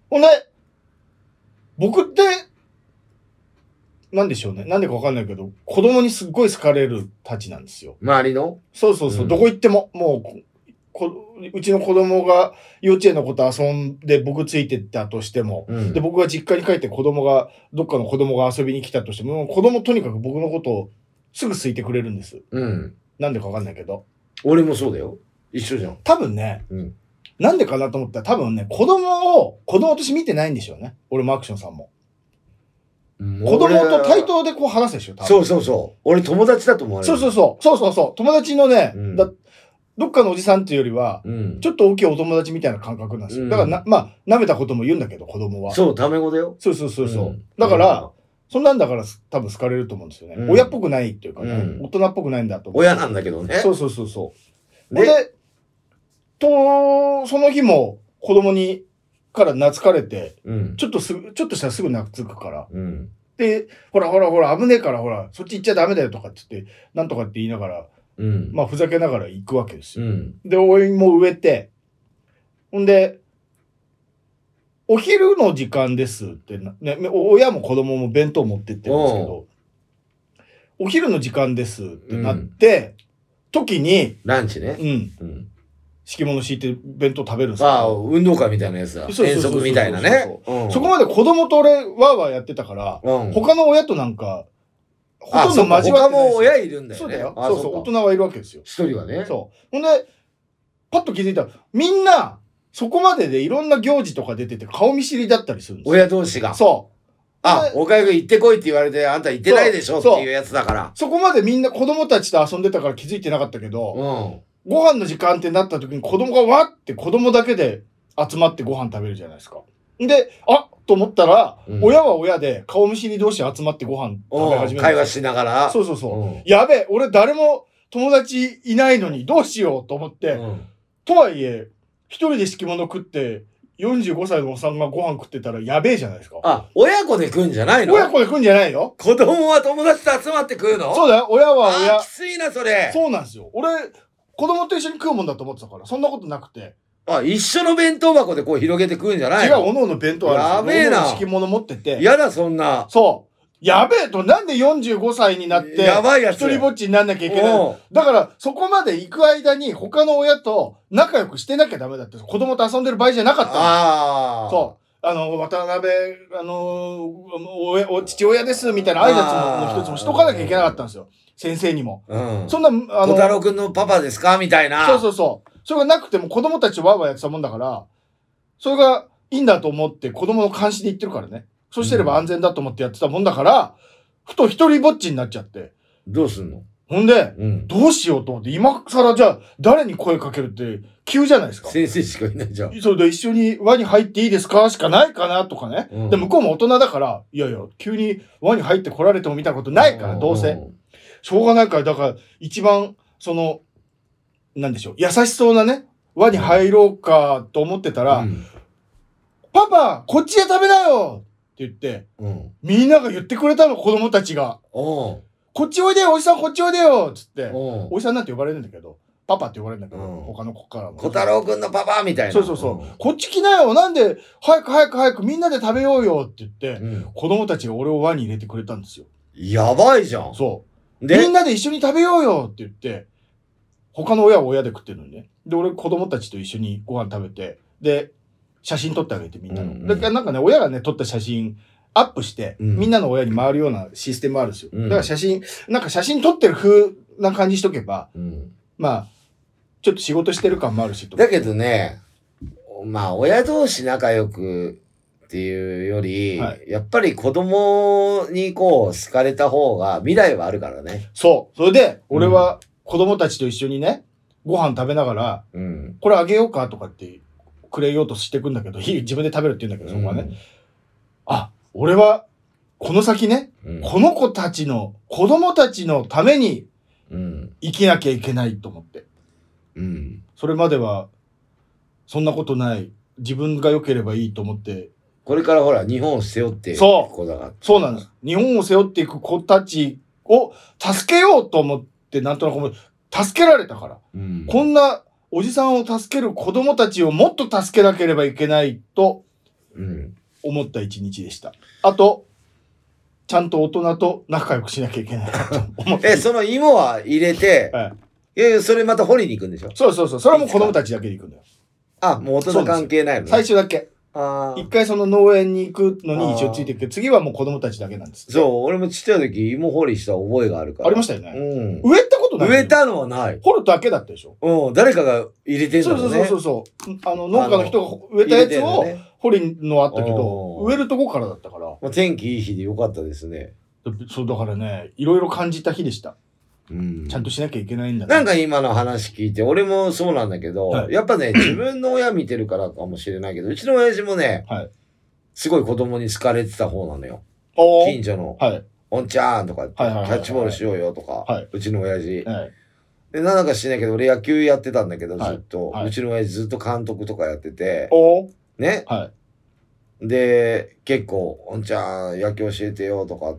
ほんで、僕って、なんでしょうね。なんでかわかんないけど、子供にすっごい好かれるたちなんですよ。 周りのそうそうそう。うん、どこ行っても、もう、こうちの子供が幼稚園の子と遊んで僕ついてったとしても、うん、で僕が実家に帰って子供がどっかの子供が遊びに来たとしても、子供とにかく僕のことをすぐ好いてくれるんです。うん、なんでかわかんないけど。 俺もそうだよ。一緒じゃん。 多分ね、うん、なんでかなと思ったら多分ね、子供を子供として見てないんでしょうね。俺もアクションさんも。子供と対等でこう話すでしょ。多分そうそうそう。俺友達だと思われる。 そうそうそう。そうそうそう。友達のね、うん、だどっかのおじさんっていうよりは、うん、ちょっと大きいお友達みたいな感覚なんですよ。うん、だからな、まあ、舐めたことも言うんだけど、子供は。 そう、タメ語だよ。 そうそうそうそう。うん、だから、うん、そんなんだから多分好かれると思うんですよね。うん、親っぽくないっていうかね、うん、大人っぽくないんだと思う。 親なんだけどね。 そうそうそうそう。で、でと、その日も子供にから懐かれて、うん、ちょっとすぐ、ちょっとしたらすぐ懐くから、うん、で、ほらほらほら、危ねえからほら、そっち行っちゃダメだよとかって言って、なんとかって言いながら、うん、まあふざけながら行くわけですよ。うん、で、お芋も植えて、ほんで、お昼の時間ですってな、ね、親も子供も弁当持ってってるんですけど、お昼の時間ですってなって、うん、時に、 ランチね。 うん。うん、敷物敷いて弁当食べるんですよ。 ああ、運動会みたいなやつだ。遠足みたいなね。 そこまで子供と俺、わーわーやってたから、うん、他の親となんか、ほとんど交わってない。 他も親いるんだよね。 そうだよ。そうそう、大人はいるわけですよ。 一人はね。 そう。ほんで、パッと気づいたら、みんな、そこまででいろんな行事とか出てて顔見知りだったりするんですよ。 親同士が。 そう。 あ、おかゆくん行ってこいって言われて、あんた行ってないでしょっていうやつだから。 そこまでみんな子供たちと遊んでたから気づいてなかったけど、うん、ご飯の時間ってなった時に子供がわって子供だけで集まってご飯食べるじゃないですか。で、あと思ったら、うん、親は親で顔見知り同士集まってご飯食べ始める。 会話しながら。 そうそうそう。うん、やべえ、俺誰も友達いないのにどうしようと思って、うん、とはいえ、一人で敷物食って、よんじゅうごさいのおっさんがご飯食ってたらやべえじゃないですか。 あ、親子で食うんじゃないの？ 親子で食うんじゃないよ。 子供は友達と集まって食うの？ そうだよ。親は親。 あ、きついな、それ。 そうなんですよ。俺、子供と一緒に食うもんだと思ってたから、そんなことなくて。 あ、一緒の弁当箱でこう広げて食うんじゃないの？ 違う、おのおの弁当あるんですよ。 やべえな。 敷物持ってて。 やだ、そんな。 そう。やべえと、なんでよんじゅうごさいになって、 やばいやつ。 一人ぼっちになんなきゃいけない。だから、そこまで行く間に、他の親と仲良くしてなきゃダメだって。子供と遊んでる場合じゃなかったの。ああ。そう。あの、渡辺、あのお、お、父親です、みたいな挨拶の一つもしとかなきゃいけなかったんですよ。先生にも。うん。そんな、 あの、小太郎くんのパパですかみたいな。 そうそうそう。それがなくても子供たちとワーワーやってたもんだから、それがいいんだと思って子供の監視で言ってるからね。そうしてれば安全だと思ってやってたもんだから、ふと一人ぼっちになっちゃって。 どうすんの？ ほんで、うん、どうしようと思って、今更じゃあ誰に声かけるって急じゃないですか。 先生しかいないじゃん。 それで一緒に輪に入っていいですかしかないかなとかね。うん、で、向こうも大人だから、いやいや、急に輪に入ってこられても見たことないから、どうせ。しょうがないから、だから一番、その、なんでしょう、優しそうなね、輪に入ろうかと思ってたら、うん、パパ、こっちで食べなよって言って、うん、みんなが言ってくれたの、子供たちが。こっちおいでよ、おじさんこっちおいでよつって、おじさんなんて呼ばれるんだけど、パパって呼ばれるんだけど、うん、他の子からも。 小太郎くんのパパみたいな。 そうそうそう。うん、こっち来なよ、なんで、早く早く早くみんなで食べようよって言って、うん、子供たちが俺を輪に入れてくれたんですよ。 やばいじゃん。 そう。で、みんなで一緒に食べようよって言って、他の親は親で食ってるのにね。で、俺子供たちと一緒にご飯食べて、で、写真撮ってあげてみんなの。うんうん、だからなんかね、親がね、撮った写真、アップして、うん、みんなの親に回るようなシステムあるんですよ。うん、だから写真、なんか写真撮ってる風な感じしとけば、うん、まあ、ちょっと仕事してる感もあるしと。 だけどね、まあ、親同士仲良くっていうより、はい、やっぱり子供にこう、好かれた方が未来はあるからね。 そう。それで、俺は子供たちと一緒にね、ご飯食べながら、うん、これあげようかとかってくれようとしてくんだけど、自分で食べるって言うんだけど、そこはね。うん、あ、俺は、この先ね、うん、この子たちの、子供たちのために、生きなきゃいけないと思って。うん。それまでは、そんなことない。自分が良ければいいと思って。 これからほら、日本を背負っていく子だから。 そうなんです。日本を背負っていく子たちを助けようと思って、なんとなく思う。助けられたから。うん、こんなおじさんを助ける子供たちをもっと助けなければいけないと思った一日でした。あとちゃんと大人と仲良くしなきゃいけないなと思って。 え、その芋は入れて、はい、いやいや、それまた掘りに行くんでしょ。 そうそうそう。それはもう子供たちだけで行くんだよ。 あ、もう大人関係ないのね。 最初だけ。あ一回その農園に行くのに一応ついていくけど、次はもう子供たちだけなんです。 そう、俺もちっちゃい時芋掘りした覚えがあるから。 ありましたよね。うん。植えたことない。 植えたのはない。 掘るだけだったでしょ。 うん、誰かが入れてんだもんね。 そうそうそうそう。あの、農家の人が植えたやつを掘りのあったけど、植えるとこからだったから。 まあ、天気いい日でよかったですね。 そうだからね、いろいろ感じた日でした。うん、ちゃんとしなきゃいけないんだね。なんか今の話聞いて、俺もそうなんだけど、はい、やっぱね、自分の親見てるからかもしれないけど、うちの親父もね、はい、すごい子供に好かれてた方なのよ。近所の、はい、おんちゃんとかって、キャッチボールしようよとか、はい、うちの親父。はい、で、なんかしないけど、俺野球やってたんだけど、ずっと、はいはい、うちの親父ずっと監督とかやってて、ね、はい、で、結構、おんちゃん野球教えてよとかって、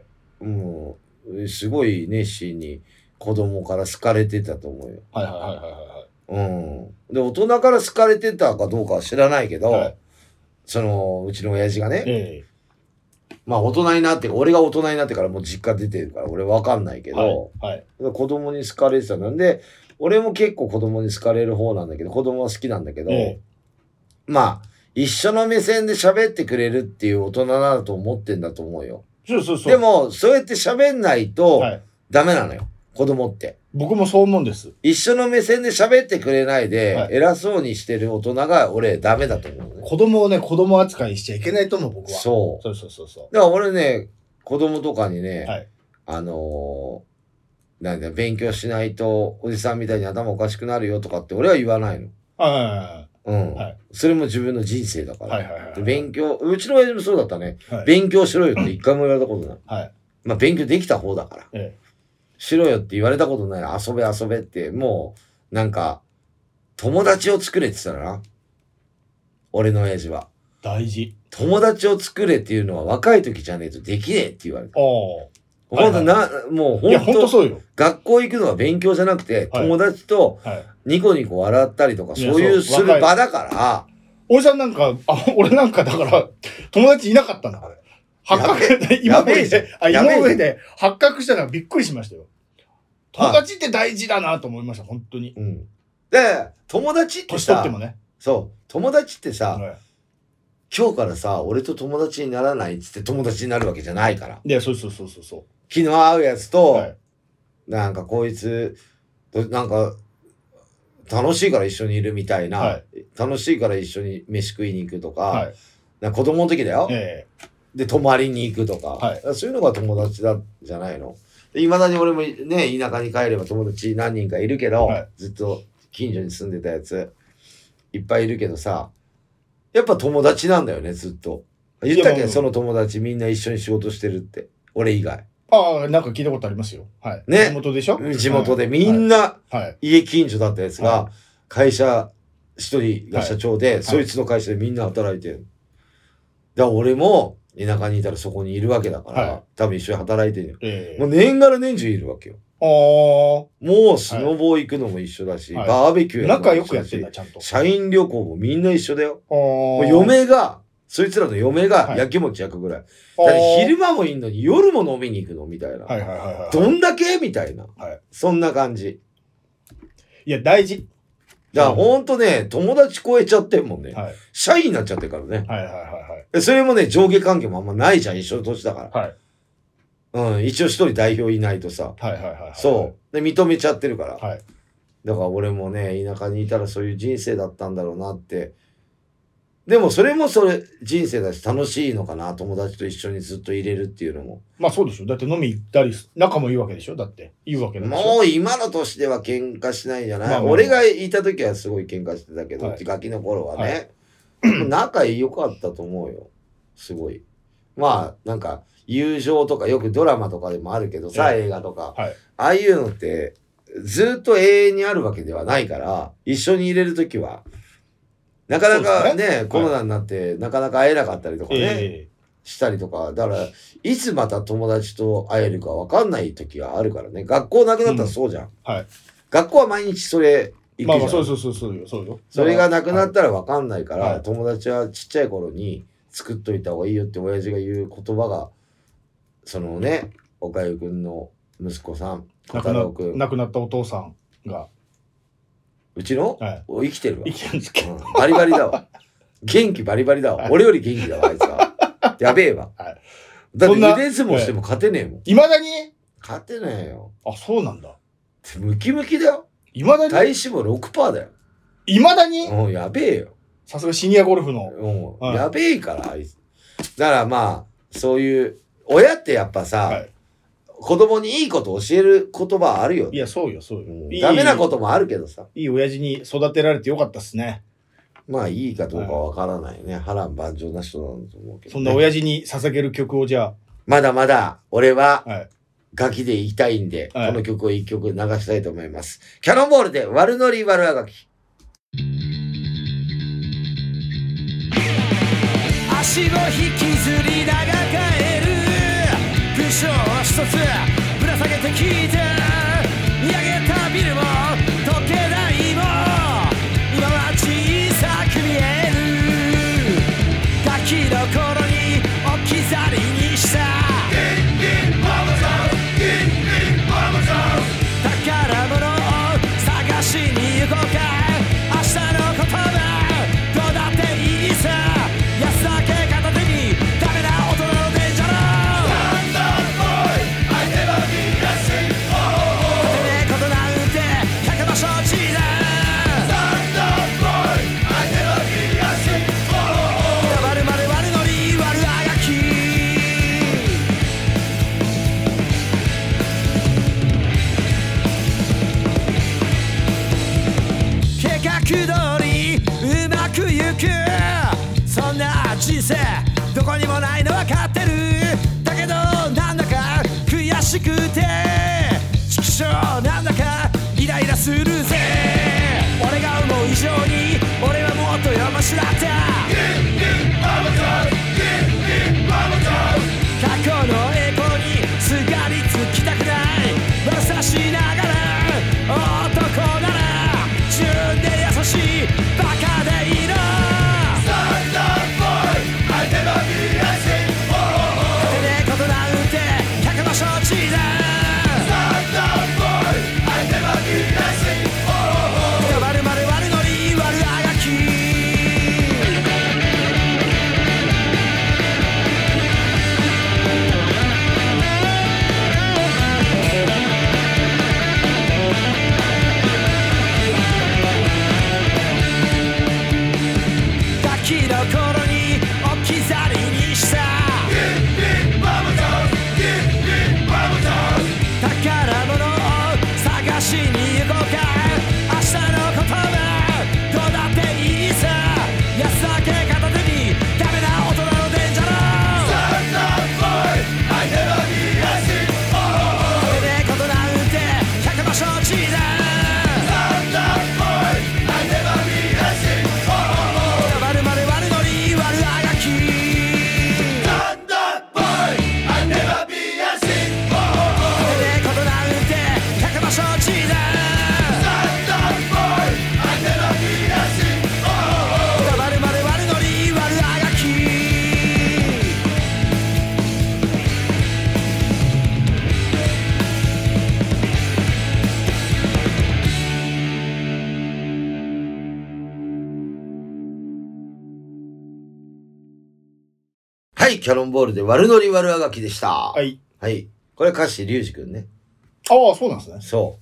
もう、すごい熱心に子供から好かれてたと思うよ。はいはいはいはいはい。うん。で、大人から好かれてたかどうかは知らないけど、はい、その、うちの親父がね、えー、まあ大人になって、俺が大人になってからもう実家出てるから俺わかんないけど、はいはい、子供に好かれてたなんで、俺も結構子供に好かれる方なんだけど、子供は好きなんだけど、えー、まあ、一緒の目線で喋ってくれるっていう大人だと思ってんだと思うよ。そうそうそう。でも、そうやって喋んないとダメなのよ、はい、子供って。 僕もそう思うんです。 一緒の目線で喋ってくれないで、はい、偉そうにしてる大人が俺ダメだと思う、ね。 子供をね、子供扱いしちゃいけないと思う、僕は。 そう。 そうそうそうそう。 だから俺ね、子供とかにね、はい、あのー、なんだ、勉強しないとおじさんみたいに頭おかしくなるよとかって俺は言わないの。はいはいはい。うん、はい。それも自分の人生だから。はいはいはいはい、勉強、うちの親父もそうだったね。はい、勉強しろよって一回も言われたことない。はい。まあ勉強できた方だから。ええ、しろよって言われたことない。遊べ遊べって、もう、なんか、友達を作れって言ったらな。俺の親父は。 大事。 友達を作れっていうのは若い時じゃねえとできねえって言われた。ほんとな、もうほんと。いや、ほんとそうよ。学校行くのは勉強じゃなくて、はい、友達とニコニコ笑ったりとか、そういうする場だから。 俺さんなんか、あ、俺なんかだから、友達いなかったんだから。発覚、今上で、あ、今上で発覚したらびっくりしましたよ。友達って大事だなと思いました、本当に。うん。 で、友達ってさ、 年取ってもね。 そう。友達ってさ、はい、今日からさ、俺と友達にならないっつって友達になるわけじゃないから。 いや、そうそうそうそうそう。 昨日会うやつと、はい、なんかこいつ、なんか、楽しいから一緒にいるみたいな、はい、楽しいから一緒に飯食いに行くとか、はい、なんか子供の時だよ。えー、で、泊まりに行くとか、はい、そういうのが友達だじゃないの。いまだに俺もね、田舎に帰れば友達何人かいるけど、はい、ずっと近所に住んでたやつ、いっぱいいるけどさ、やっぱ友達なんだよね、ずっと。言ったっけ、その友達みんな一緒に仕事してるって。俺以外。 ああ、なんか聞いたことありますよ。はい。ね。地元でしょ？ 地元でみんな、家近所だったやつが、会社一人が社長で、はい、そいつの会社でみんな働いてる。だから俺も田舎にいたらそこにいるわけだから、はい、多分一緒に働いてるよ。えー、もう年がら年中いるわけよ。ああ。もうスノボー行くのも一緒だし、はい、バーベキューやるのも一緒だし、仲良くやってんだ、ちゃんと。 社員旅行もみんな一緒だよ。もう嫁が、そいつらの嫁が焼きもち焼くぐらい。はい、昼間もいんのに夜も飲みに行くのみたいな。はいはいはいはい、どんだけみたいな、はい。そんな感じ。 いや、大事。 だからほんとね、友達超えちゃってんもんね。はい、社員になっちゃってるからね。はいはいはいはい。それもね、上下関係もあんまないじゃん、一緒の年だから。はい。うん、一応一人代表いないとさ。はいはいはい、はい。そう。で、認めちゃってるから。はい。だから俺もね、田舎にいたらそういう人生だったんだろうなって。でもそれもそれ人生だし楽しいのかな、友達と一緒にずっと入れるっていうのも。 まあそうでしょ。だって飲み行ったり仲もいいわけでしょ。だっていいわけでしょ。 もう今の年では喧嘩しないじゃない、まあまあ、俺がいた時はすごい喧嘩してたけど、はい、ガキの頃はね、はい、仲良かったと思うよ、すごい。まあなんか友情とかよくドラマとかでもあるけどさ、はい、映画とか、はい、ああいうのってずっと永遠にあるわけではないから、一緒に入れる時はなかなか ね, ねコロナになってなかなか会えなかったりとかね、えー、したりとか、だからいつまた友達と会えるか分かんない時があるからね。学校なくなったらそうじゃん、うん、はい、学校は毎日それ行くじゃん。 まあまあそうそうそうそうよそうよ。 それがなくなったら分かんないから、 はい、 友達はちっちゃい頃に作っといた方がいいよって親父が言う言葉が、そのね、おかゆくんの息子さん、小太郎くん。 亡くなったお父さんが。 うちの、 はい、 生きてるわ。 生きてるんですけど、 うん。バリバリだわ。元気バリバリだわ。はい、俺より元気だわ、あいつは。やべえわ。はい、だって腕相撲しても勝てねえもん。 いまだに勝てねえよ。 あ、そうなんだ。 ムキムキだよ。 いまだに体脂肪 ろくパーセント だよ。 いまだにうん、やべえよ。 さすがシニアゴルフの。 うん、はい、やべえから、あいつ。だからまあ、そういう、親ってやっぱさ、はい、子供にいいこと教える言葉あるよ、ね。 いや、そうよ、そうよ、うん。 ダメなこともあるけどさ。 いい親父に育てられてよかったっすね。 まあいいかどうかわからないね。はい、波乱万丈な人なんだと思うけど、ね。 そんな親父に捧げる曲をじゃあ。 まだまだ、俺は、ガキで言いたいんで、はい、この曲を一曲流したいと思います。キャノンボールで悪ノリ悪あがき。 足を引きずりながら帰る勲章を一つぶら下げて聞いて見上げたビルも時計台も今は小さく見えるガキの頃に置き去りにした宝物を探しに行こうか明日の言葉どうだっていいさ安だけ片手にダメな大人のデンジャーそんな人生どこにもないの分かってるだけどなんだか悔しくて畜生なんだかイライラするぜ俺が思う以上に俺はもっとよましだった過去の栄光にすがりつきたくない悪さしながら男なら純で優しいバカでいいのはい、キャノンボールで悪ノリ悪あがきでした。 はい。 はい。これ歌詞、リュウジくんね。 ああ、そうなんですね。 そう。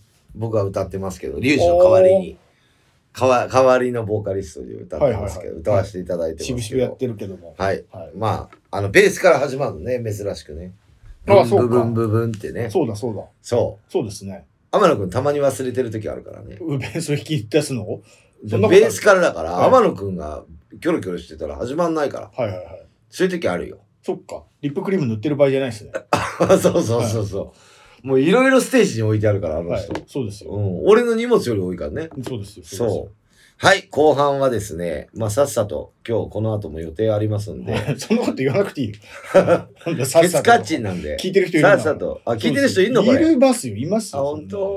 僕は歌ってますけど、リュウジの代わりに、かわ代わりのボーカリストで歌ってますけど、はいはいはい、歌わせていただいてますけど。 しぶしぶやってるけども。 はい。はい、まあ、あの、ベースから始まるのね、珍しくね。 ああ、そうか。 ブンブブンってね。 そうだそうだ。 そう。 そうですね。 天野くんたまに忘れてる時あるからね。 ベースを引き出すのをベースからだから、はい、天野くんがキョロキョロしてたら始まんないから。 はいはいはい。 そういう時あるよ。 そっか。リップクリーム塗ってる場合じゃないですね。 そうそうそうそう。はい、もういろいろステージに置いてあるから、あの人。 はい、そうですよ、 うん。俺の荷物より多いからね。 そうですよ。 そう。はい、後半はですね、まあさっさと今日この後も予定ありますんで。 そんなこと言わなくていいよ。 ケツカッチンなんで。 聞いてる人いるのさっさと。あ、聞いてる人いるのこれ。 いますよ、いますよ。 あ、本当。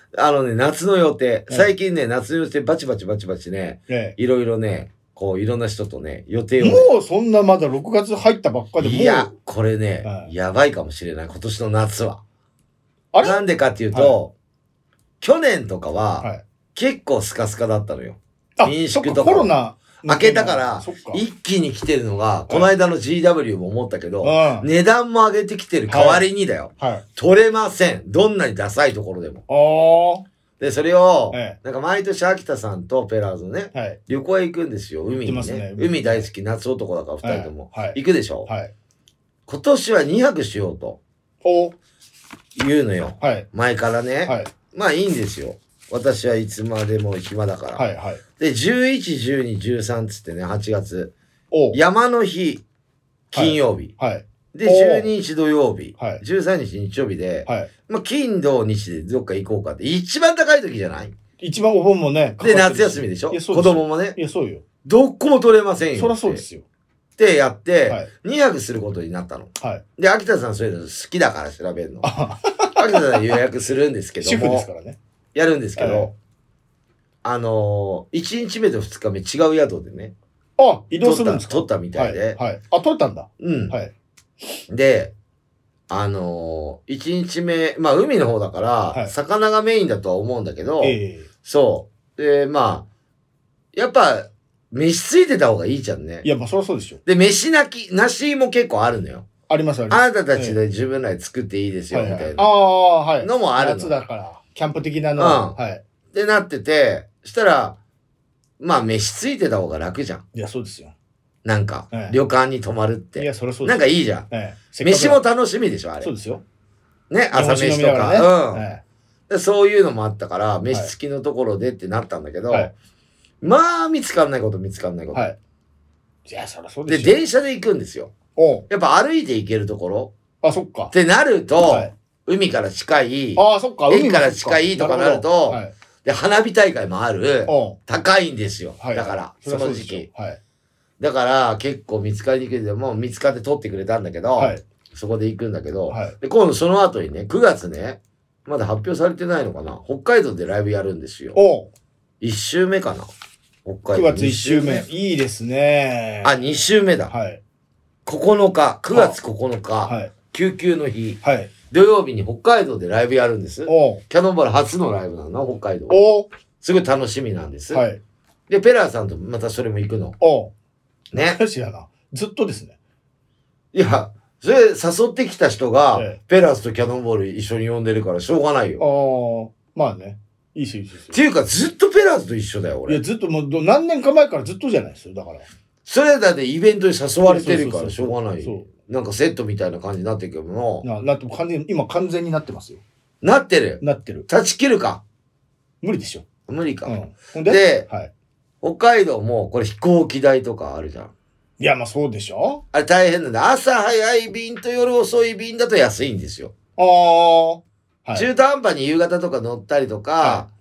あのね、夏の予定。最近ね、夏の予定バチバチバチバチね、 ええ、 いろいろね、こう、いろんな人とね、予定を、ね。 もうそんなまだろくがつ入ったばっかでもう。 いや、これね、 はい、 やばいかもしれない、今年の夏は。 あれなんでかっていうと、はい、去年とかは、 はい、結構スカスカだったのよ。 民宿とか。コロナ。 開けたから、一気に来てるのが、この間の ジーダブリュー も思ったけど、はい、値段も上げてきてる代わりにだよ。はいはい、取れません。どんなにダサいところでも。で、それを、はい、なんか毎年秋田さんとペラーズね、はい、旅行へ行くんですよ、海にね。ね海大好き、夏男だから二人とも。はい、行くでしょ、はい、今年はにはくしようと。言うのよ。はい、前からね。はい、まあいいんですよ。私はいつまでも暇だから。はいはい、で、じゅういち、じゅうに、じゅうさんつってね、はちがつ。山の日、金曜日。はいはい、で、じゅうににち土曜日。はい、じゅうさんにち日曜日で、はい、まあ、金、土、日でどっか行こうかって。一番高い時じゃない？ 一番お盆もね。 で、夏休みでしょ？子供もね。 いや、そうよ。 どこも取れませんよ。 そりゃそうですよ。 ってやって、はい、にはくすることになったの。はい、で、秋田さんそういうの好きだから調べるの。秋田さん予約するんですけども。 主婦ですからね。 やるんですけど、はい、あのー、いちにちめとふつかめ違う宿でね。 あ、移動するんですか？ 取ったみたいで。 はいはい、あ、取ったんだ。 うん。はい。で、あのー、いちにちめ、まあ海の方だから、はい、魚がメインだとは思うんだけど、えー、そう。で、まあ、やっぱ、飯ついてた方がいいじゃんね。 いや、まあそりゃそうでしょ。 で、飯なき、なしも結構あるのよ。 ありますあります。 あなたたちで自分らで作っていいですよ、みたいな。 ああ、はい。 のもあるの。 夏だから。キャンプ的なの。 うん。はい。で、なってて、したら、まあ、飯ついてた方が楽じゃん。 いや、そうですよ。 なんか、ええ、旅館に泊まるって。 いや、そりゃそうです。 なんかいいじゃん。ええ、飯も楽しみでしょ、あれ。 そうですよ。 ね、朝飯とか。ね、うん、ええで。そういうのもあったから、飯付きのところでってなったんだけど、はい、まあ、見つかんないこと見つかんないこと。はい。 いや、そりゃそうでしょ。で、電車で行くんですよ。おやっぱ歩いて行けるところ。 あ、そっか。 ってなると、はい、海から近い、 あ、そっか、 駅から近いとかなると、はい、で、花火大会もある、高いんですよ。はい、だから、その時期。はい、だから、結構見つかりにくいでも、見つかって撮ってくれたんだけど、はい、そこで行くんだけど、はい、で、今度その後にね、くがつね、まだ発表されてないのかな、北海道でライブやるんですよ。いち週目かな、北海道。 くがついち週目。いいですね。 あ、に週目だ。はい。ここのか、くがつここのか、はい、救急の日。はい。土曜日に北海道でライブやるんです。キャノンボール初のライブなの、北海道。おすごい楽しみなんです。はい。で、ペラーさんとまたそれも行くの。おね。 確かな。ずっとですね。 いや、それ誘ってきた人が、ええ、ペラーズとキャノンボール一緒に呼んでるからしょうがないよ。 ああ、まあね。いいし、いいし。 っていうか、ずっとペラーズと一緒だよ、俺。 いや、ずっともう何年か前からずっとじゃないですよ、だから。 それだってイベントに誘われてるからしょうがない。そう。なんかセットみたいな感じになってるけども。 な、なっても完全に、今完全になってますよ。 なってるなってる。 断ち切るか。 無理でしょ。 無理か。うん。で、ではい、北海道もこれ飛行機代とかあるじゃん。 いや、まあそうでしょ。 あれ大変なんだ。朝早い便と夜遅い便だと安いんですよ。ああ。はい、中途半端に夕方とか乗ったりとか、はい、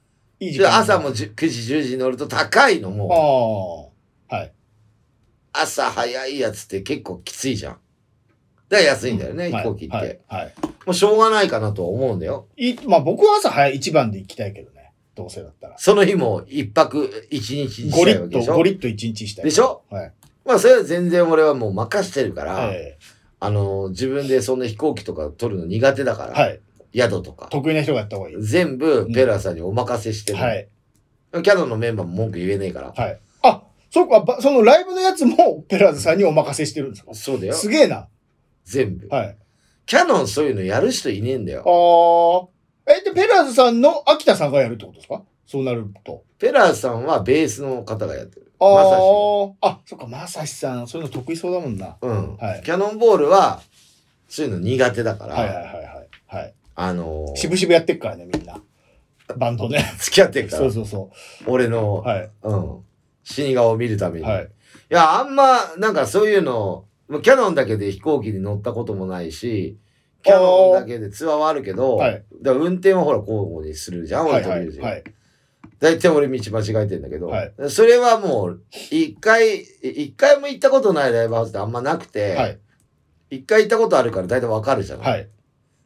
いい時間朝もくじ、じゅうじに乗ると高いのも。ああ。はい。朝早いやつって結構きついじゃん。だから安いんだよね、うん、飛行機って、はいはいはい。もうしょうがないかなとは思うんだよ。 いまあ僕は朝早い一番で行きたいけどね。どうせだったら。 その日も一泊一日にしたいわけでしょ。 ゴリッと一日したい。 でしょ。はい。まあそれは全然俺はもう任してるから、えー、あの、自分でそんな飛行機とか取るの苦手だから、はい、宿とか。 得意な人がやった方がいい。 全部ペラーさんにお任せしてる。うん、はい。キャノンのメンバーも文句言えねえから。 はい。あ、そうか、そのライブのやつもペラーズさんにお任せしてるんですか？ そうだよ。 すげえな。 全部。はい。キャノンそういうのやる人いねえんだよ。 ああ。え、で、ペラーズさんの秋田さんがやるってことですか？そうなると。 ペラーズさんはベースの方がやってる。 ああ。あ、そっか、まさしさん、そういうの得意そうだもんな。 うん。はい。キャノンボールは、そういうの苦手だから。 はいはいはいはい。はい。 あのー。 渋々やってっからね、みんな。バンドね。 付き合ってっから。 そうそうそう。 俺の、はい。うん。死に顔を見るために。はい。いや、あんま、なんかそういうの、キャノンだけで飛行機に乗ったこともないし、キャノンだけでツアーはあるけど、はい、だから運転はほら交互にするじゃん、俺とミュージック。はいはい。大体俺道間違えてんだけど、はい、それはもう、一回、一回も行ったことないライブハウスってあんまなくて、はい、一回行ったことあるから大体わかるじゃない。はい、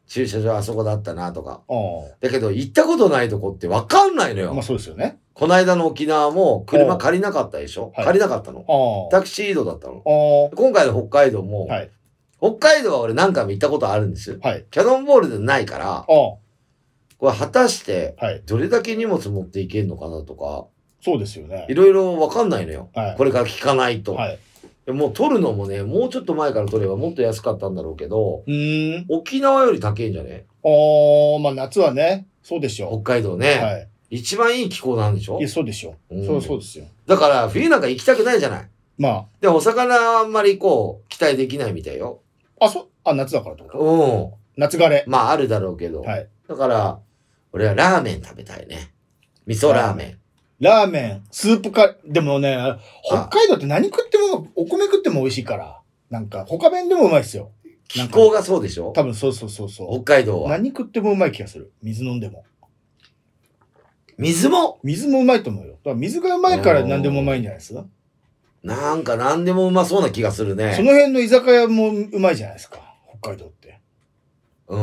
駐車場あそこだったなとか。 あだけど行ったことないとこって分かんないのよ。 まあそうですよね。 この間の沖縄も車借りなかったでしょ、はい、借りなかったの。タクシー移動だったの。今回の北海道も、はい、北海道は俺何回も行ったことあるんですよ。はい、キャノンボールでないから、これ果たしてどれだけ荷物持っていけるのかなとか、 そうですよね。 いろいろ分かんないのよ。はい、これから聞かないと。はい、もう取るのもね、もうちょっと前から取ればもっと安かったんだろうけど、うん沖縄より高いんじゃね？ ああ、まあ夏はね、そうでしょ。 北海道ね。はい、一番いい気候なんでしょ？ いや、そうでしょ。うん、そうそうですよ。 だから冬なんか行きたくないじゃない。 まあ。 で、お魚あんまりこう、期待できないみたいよ。 あ、そうあ、夏だからってこと？うん。夏枯れ。 まああるだろうけど。はい。だから、俺はラーメン食べたいね。味噌ラーメン。 ラーメン、スープか、でもね、北海道って何食っても、お米食っても美味しいから。なんか、他弁でもうまいっすよ。 気候がそうでしょ？ 多分そうそうそうそう。 北海道は。 何食ってもうまい気がする。水飲んでも。 水も水もうまいと思うよ。だから水がうまいから何でもうまいんじゃないですか？ なんか何でもうまそうな気がするね。 その辺の居酒屋もうまいじゃないですか。北海道って。 うん。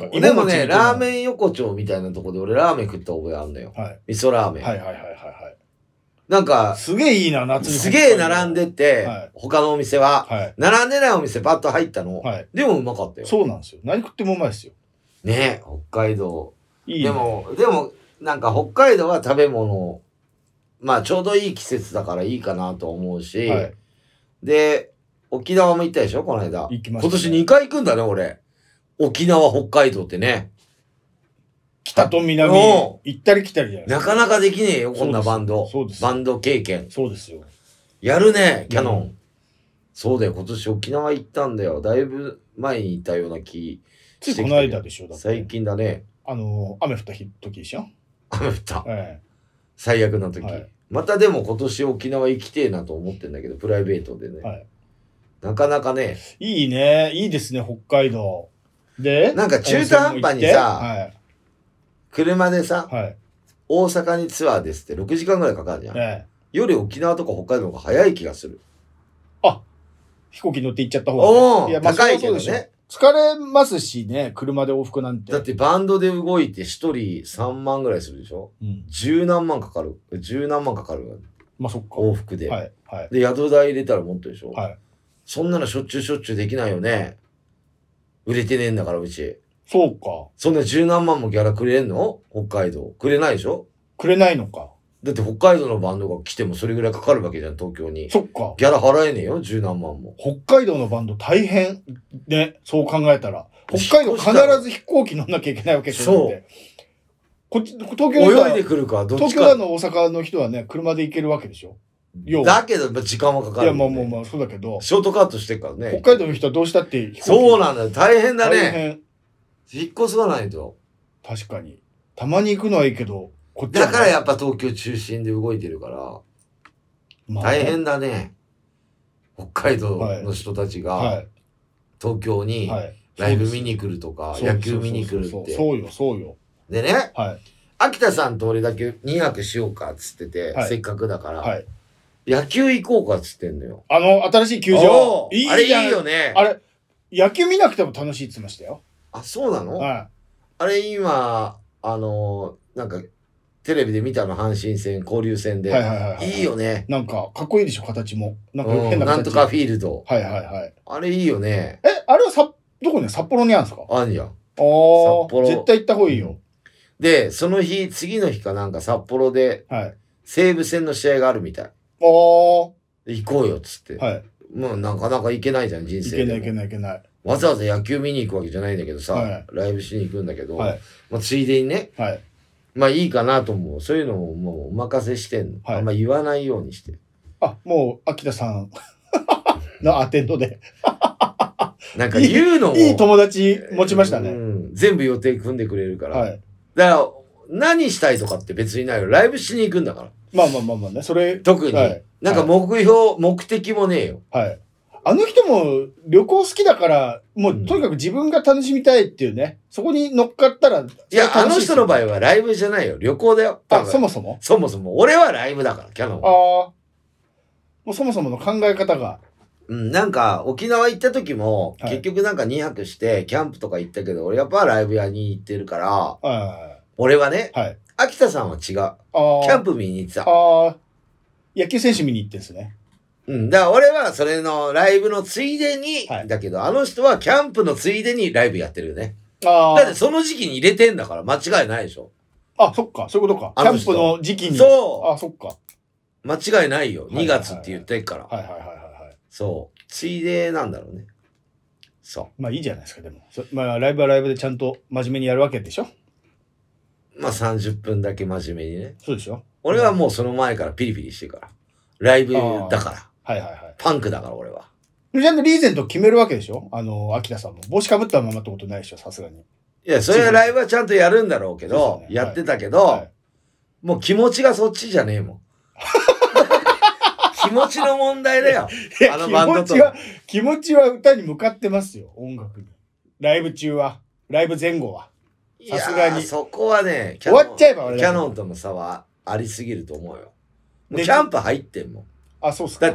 でもね、ラーメン横丁みたいなとこで俺ラーメン食った覚えあるんだよ。はい。味噌ラーメン。 はいはいはいはいはい。 なんか、 すげえいいな、夏に。 すげえ並んでて、はい、他のお店は、はい、並んでないお店パッと入ったの。はい、でもうまかったよ。 そうなんですよ。何食ってもうまいですよ。 ねえ、北海道。いいね。でも、でも、なんか北海道は食べ物、まあちょうどいい季節だからいいかなと思うし、はい、で、沖縄も行ったでしょ、この間。行きました、ね。今年にかい行くんだね、俺。沖縄、北海道ってね。 北と南、行ったり来たりじゃないですか。なかなかできねえよ、こんなバンド。そうです。バンド経験。 そうですよ。 やるね、キャノン。うん、そうだよ、今年沖縄行ったんだよ。だいぶ前に行ったような気してきた。この間でしょ、だって。 最近だね。 あの、雨降った時でしょ？ 雨降った。ええ、最悪な時、はい。またでも今年沖縄行きてえなと思ってんだけど、プライベートでね。はい、なかなかね。 いいね。いいですね、北海道。で、 なんか中途半端にさ、はい、車でさ、はい、大阪にツアーですってろくじかんぐらいかかるじゃん。ええ、より沖縄とか北海道の方が早い気がする。 あ、飛行機乗って行っちゃった方が、ね。いや、まあ、高いけどね。疲れますしね、車で往復なんて。 だってバンドで動いて一人さんまんぐらいするでしょ？うん。十何万かかる。十何万かかる。 まあそっか。 往復で。 はい。はい。 で、宿代入れたらもっとでしょ？はい。そんなのしょっちゅうしょっちゅうできないよね。売れてねえんだから、うち。 そうか。 そんな十何万もギャラくれんの？北海道。くれないでしょ？ くれないのか。 だって北海道のバンドが来てもそれぐらいかかるわけじゃん、東京に。 そっか。 ギャラ払えねえよ、十何万も。 北海道のバンド大変。ね、そう考えたら。北海道必ず飛行機乗んなきゃいけないわけじゃなくて。こっち、東京泳いでくるか、 どっちか。東京だの大阪の人はね、車で行けるわけでしょ。 だけど、時間はかかる、 ね。いや、まあまあまあ、そうだけど。 ショートカットしてっからね。 北海道の人はどうしたって飛行機。 そうなんだよ。大変だね。大変。引っ越さないと。 確かに。たまに行くのはいいけど、 こっちは、ね。だからやっぱ東京中心で動いてるから、まあ、大変だね。北海道の人たちが、東京にライブ見に来るとか、野球見に来るって。 そうよ、そうよ。 でね、はい、秋田さんと俺だけにはくしようかっつってて、はい、せっかくだから、はい、野球行こうかっつってんのよ。 あの、新しい球場。 いいあれいいよね。 あれ、野球見なくても楽しいって言ってましたよ。 あ、そうなの？はい。あれ今、あの、なんか、テレビで見たの、阪神戦、交流戦で。はいはいはい、はい。いいよね。 なんか、かっこいいでしょ、形も。なんか変な形。なんとかフィールド。 はいはいはい。 あれいいよね。 え、あれはさ、どこに札幌にあるんですか？ あんじゃん。ああ。札幌。絶対行った方がいいよ。 で、その日、次の日かなんか札幌で、はい。西武戦の試合があるみたい。ああ。行こうよ、っつって。はい。もうなかなか行けないじゃん、人生で。 行けない行けない行けない。 わざわざ野球見に行くわけじゃないんだけどさ、はい、ライブしに行くんだけど、はい、まあ、ついでにね、はい、まあいいかなと思う。そういうのももうお任せしてんの。はい、あんま言わないようにして。 あ、もう、秋田さんのアテンドで。 なんか言うのもいい。いい友達持ちましたね。うん。 全部予定組んでくれるから。はい、だから、何したいとかって別にないよ。ライブしに行くんだから。 まあまあまあまあね。それ。 特に。はい、なんか目標、はい、目的もねえよ。 はい。あの人も旅行好きだから、もうとにかく自分が楽しみたいっていうね、そこに乗っかったら。いや、あの人の場合はライブじゃないよ。旅行だよ。 あ、そもそもそもそも。俺はライブだから、キャノンは。 ああ。もうそもそもの考え方が。 うん、なんか沖縄行った時も、 はい、 結局なんかにはくしてキャンプとか行ったけど、俺やっぱライブ屋に行ってるから、 はい、 俺はね、 はい、 秋田さんは違う。キャンプ見に行ってた。 ああ、野球選手見に行ってんですね。 うん、だから俺はそれのライブのついでに、はい、だけどあの人はキャンプのついでにライブやってるよね。あだってその時期に入れてんだから間違いないでしょ。 あ、そっか、そういうことか。キャンプの時期に。 そう。 あ、そっか。 間違いないよ。にがつって言ってっから。 はいはいはいはい、はい。 そう。ついでなんだろうね。そう。 まあいいじゃないですか、でも。まあライブはライブでちゃんと真面目にやるわけでしょ。 まあさんじゅっぷんだけ真面目にね。 そうでしょ。 俺はもうその前からピリピリしてるから。ライブだから。 はいはいはい。 パンクだから俺は。 ちゃんとリーゼント決めるわけでしょ、あの、秋田さんも。帽子かぶったままってことないでしょ、さすがに。 いや、それはライブはちゃんとやるんだろうけど、ね、やってたけど、はいはい、もう気持ちがそっちじゃねえもん。気持ちの問題だよ。あのバンドと。気持ちは、 気持ちは歌に向かってますよ、音楽に。ライブ中は。ライブ前後は。さすがに。 そこはね、 終わっちゃえば俺キャノンとの差はありすぎると思うよ。もうキャンプ入ってんもん。 あ、そうっすか。 だって、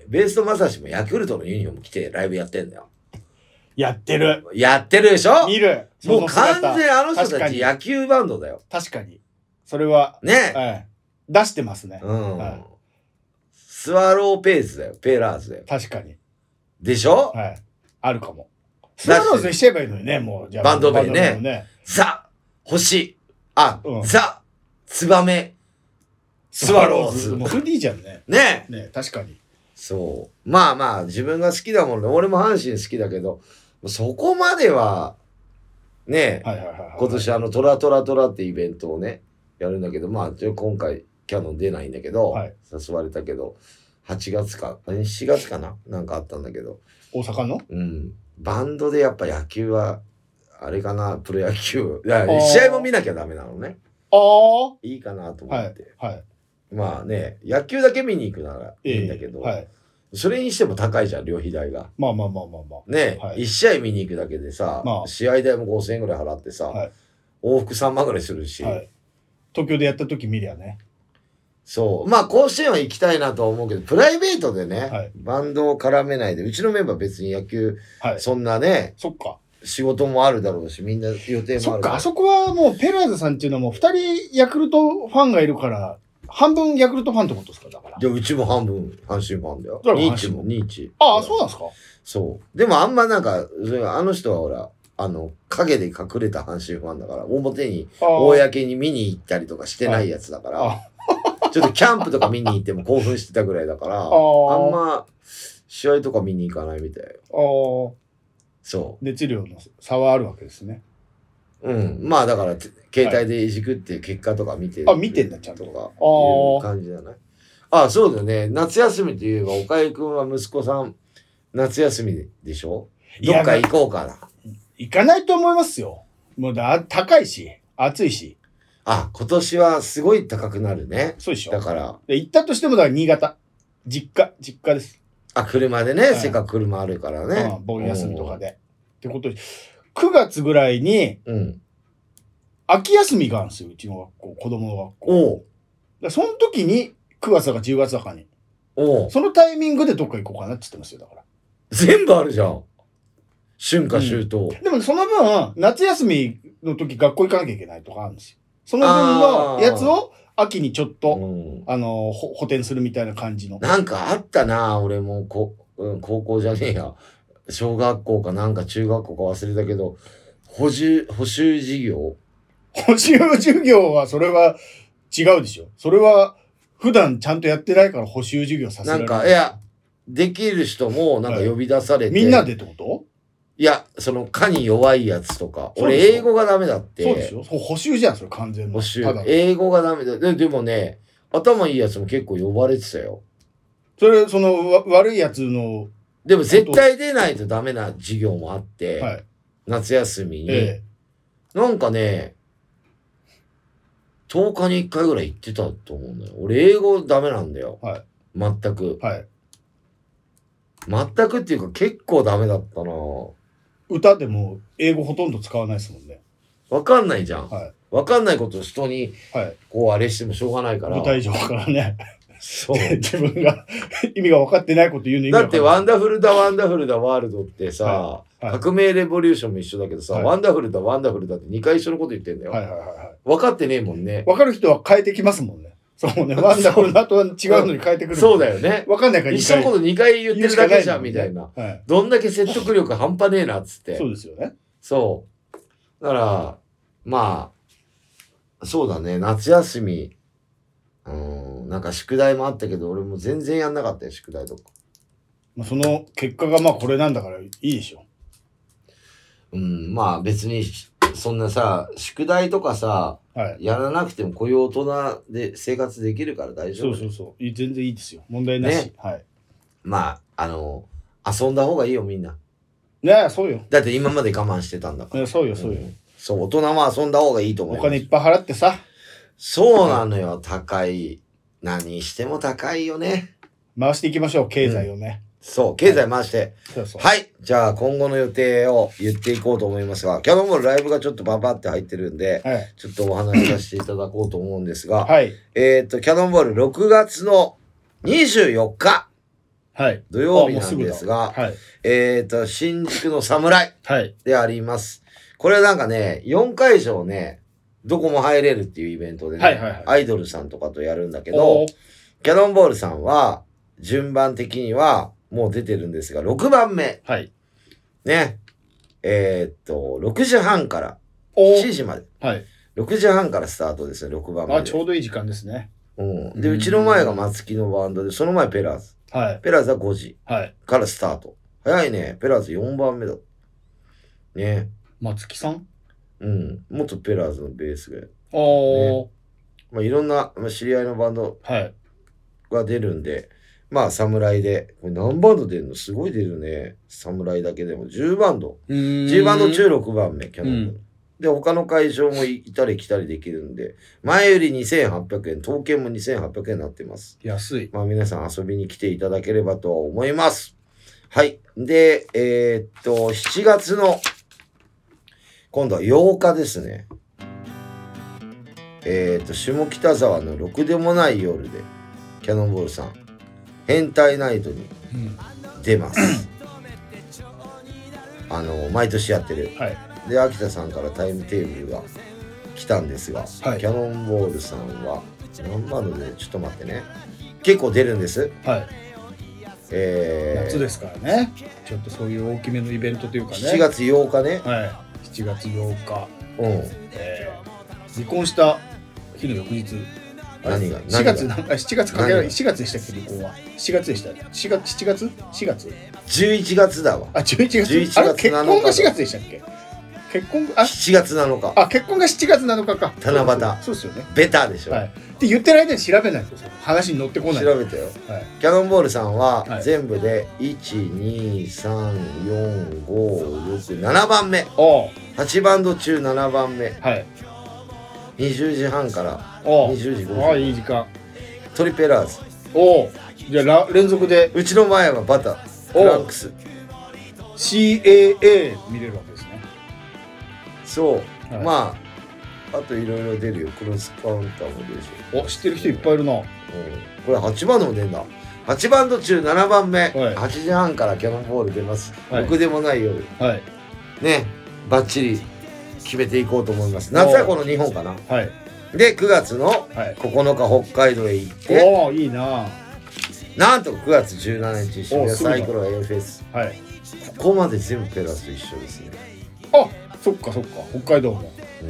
ベースとマサシもヤクルトのユニフォーム着てライブやってんだよ。 やってる。 やってるでしょ。 見る。 もう完全あの人たち野球バンドだよ。 確かに。それは。 ね。 はい。出してますね。 うん。はい、スワローペースだよ。ペーラーズだよ。 確かに。 でしょ。 はい。あるかも。スワローズにしちゃえばいいのにね、もう。 じゃあバンド名ね。ねザ・星。あ、うん、ザ・ツバメ。スワローズ。 もうそれでいいじゃんね。 ね。 ね、確かに。 そう。まあまあ、自分が好きだもんね。俺も阪神好きだけど、そこまでは、ね、今年あの、トラトラトラってイベントをね、やるんだけど、まあ、今回、キャノン出ないんだけど、はい、誘われたけど、はちがつか、しがつかななんかあったんだけど。 大阪の？ うん。バンドでやっぱ野球は、あれかな、プロ野球。いや試合も見なきゃダメなのね。 ああ。 いいかなと思って。 はい。はい、 まあね、野球だけ見に行くならいいんだけど、えーはい、それにしても高いじゃん、旅費代が。 まあまあまあまあまあ。 ね、はい、いち試合見に行くだけでさ、まあ、試合代もごせんえんぐらい払ってさ、はい、往復さんまんぐらいするし、はい。 東京でやった時見りゃね。 そう。まあ甲子園は行きたいなとは思うけど、プライベートでね、はい、バンドを絡めないで、うちのメンバー別に野球、はい、そんなね、 そっか。 仕事もあるだろうし、みんな予定もある。 そっか、あそこはもうペラーズさんっていうのはもう二人ヤクルトファンがいるから、半分ヤクルトファンってことですかだから。 いや、うちも半分阪神ファンだよ。ニーチも、ニーチ。 ああ、そうなんですか。 そう。でもあんまなんか、あの人はほら、あの、影で隠れた阪神ファンだから、表に、公に見に行ったりとかしてないやつだから、ちょっとキャンプとか見に行っても興奮してたぐらいだから、あんま、試合とか見に行かないみたいよ。そう。 熱量の差はあるわけですね。 うん。まあだから、携帯でいじくって結果とか見てる。 あ、見てんだ、ちゃんと。 とか、いう感じじゃない？あ、そうだよね。夏休みといえば、岡井くんは息子さん、夏休みでしょ？どっか行こうかな。 行かないと思いますよ。もうだ、高いし、暑いし。 あ、今年はすごい高くなるね。 そうでしょ。 だから。 で行ったとしても、だから新潟。実家、実家です。 あ、車でね。せっかく車あるからね。 うん、盆休みとかで。ってことで、くがつぐらいに、うん、秋休みがあるんですよ、うちの学校、子供の学校。おその時に、くがつだかじゅうがつだかに。おそのタイミングでどっか行こうかなって言ってますよ、だから。 全部あるじゃん。春夏秋冬、うん。 でもその分、夏休みの時学校行かなきゃいけないとかあるんですよ。その分のやつを秋にちょっと、うん、あの、補填するみたいな感じの。 なんかあったな俺もこ、うん、高校じゃねえや。小学校かなんか中学校か忘れたけど、補充、補習授業補習授業は、それは違うでしょ。それは、普段ちゃんとやってないから補習授業させられる。 なんか、いや、できる人もなんか呼び出されて。 はい、みんなでってこと？ いや、その、科に弱いやつとか。俺、英語がダメだって。 そうでしょ。そう、補習じゃん、それ完全の。 補習。英語がダメだ。で、でもね、頭いいやつも結構呼ばれてたよ。 それ、その、わ悪いやつの、 でも絶対出ないとダメな授業もあって、はい、夏休みに、ええ、なんかね、とおかにいっかいぐらい行ってたと思うんだよ。俺英語ダメなんだよ。はい、全く、はい。全くっていうか結構ダメだったな。 歌でも英語ほとんど使わないですもんね。 わかんないじゃん。はい、わかんないことを人に、こうあれしてもしょうがないから。 舞台上からね。 そう自分が意味が分かってないこと言うの意味だってワンダダフルだワンダフルだワールドってさ、 はいはい、 革命レボリューションも一緒だけどさ、はい、ワンダフルだワンダフルだってにかい一緒のこと言ってんだよ、 はいはいはいはい、 分かってねえもんね。 分かる人は変えてきますもんね。そうね、ワンダフルの後は違うのに変えてくる。 そうだよね。 分かんないから一緒のことにかい言ってるだけじゃんみたいな、 はい、 どんだけ説得力半端ねえなっつって。 そうですよね。 そうだからまあそうだね、夏休みうんなんか宿題もあったけど俺も全然やんなかったよ宿題とか。 まあその結果がまあこれなんだからいいでしょ。 うんまあ別にそんなさ宿題とかさ、はい、やらなくてもこういう大人で生活できるから大丈夫。 そうそうそう全然いいですよ、問題なし、ね、はい。 まああの遊んだ方がいいよみんな。 ねえそうよ。 だって今まで我慢してたんだから。 ね、そうよそうよ、うん、 そう大人も遊んだ方がいいと思う。 お金いっぱい払ってさ。 そうなのよ、高い。何しても高いよね。 回していきましょう経済をね、 うん、そう経済回して、はい、 そうそうはい。じゃあ今後の予定を言っていこうと思いますが、キャノンボールライブがちょっとババって入ってるんで、はい、ちょっとお話しさせていただこうと思うんですが、はい、えっとキャノンボールろくがつのにじゅうよっか、はい、土曜日なんですが、はい、えっと新宿の侍であります、はい、これなんかねよんかいじょうねどこも入れるっていうイベントでね、はいはいはい、アイドルさんとかとやるんだけど、キャノンボールさんは順番的にはもう出てるんですがろくばんめ、はい、ねえー、っとろくじはんからしちじまで、はい、ろくじはんからスタートですね。ろくばんめで。あちょうどいい時間ですね。うん、でうちの前が松木のバンドでその前ペラーズ、はい、ペラーズはごじからスタート、はい、早いね。ペラーズよんばんめだね。松木さんうん、元ペラーズのベースが、ね、まあいろんな、まあ、知り合いのバンドが出るんで、はい、まあ侍でこれ何バンド出るのすごい出るね。侍だけでもじゅうバンド、じゅうバンド中ろくばんめキャノン、うん、で他の会場もいたり来たりできるんで前よりにせんはっぴゃくえん、当券もにせんはっぴゃくえんになってます。安い。まあ皆さん遊びに来ていただければとは思います。はい。でえー、っとしちがつの今度はようかですね。えっと、下北沢のろくでもない夜で、キャノンボールさん、変態ナイトに出ます。うん、あの、毎年やってる。はい、で、秋田さんからタイムテーブルが来たんですが、はい、キャノンボールさんは、何バンドで、ちょっと待ってね。結構出るんです。はい。えー、夏ですからね。ちょっとそういう大きめのイベントというかね。しちがつようかね。はい。しちがつようか、うんえー、離婚した日の翌日何がしがつなんかしちがつかけられしがつでしたっけ離婚はしがつでしたしがつしちがつしがつじゅういちがつだわ。あじゅういちがつじゅういちがつなのか。結婚がしがつでしたっけ。結婚あしちがつなのか。あ結婚がしちがつなのかか。七夕そうですよね。ベタでしょ、はい、って言ってる間に調べないと話に乗ってこない。調べたよ、はい、キャノンボールさんは全部でいちにさんよんごろくななばんめ、はちバンド中ななばんめ、はい、にじゅうじはんからにじゅうじごじゅう。あいい時間。トリペラーズ。おじゃあ連続で。うちの前はバターフランクス シーエーエー 見れるわけですね。そう、はい、まああといろいろ出るよ。クロスカウンターも出るし。お知ってる人いっぱいいるな、うん、これはちバンドも出るんだ。はちバンド中ななばんめ、はい、はちじはんからキャノンボール出ます、はい、ろくでもない夜、はい、ねバッチリ決めていこうと思います。夏はこのにほんかな、はい、でくがつのここのか北海道へ行って、おーいいな。なんとくがつじゅうしちにち渋谷サイクロ A フェス、はい、ここまで全部ペラスと一緒ですね。あそっかそっか北海道も、うん、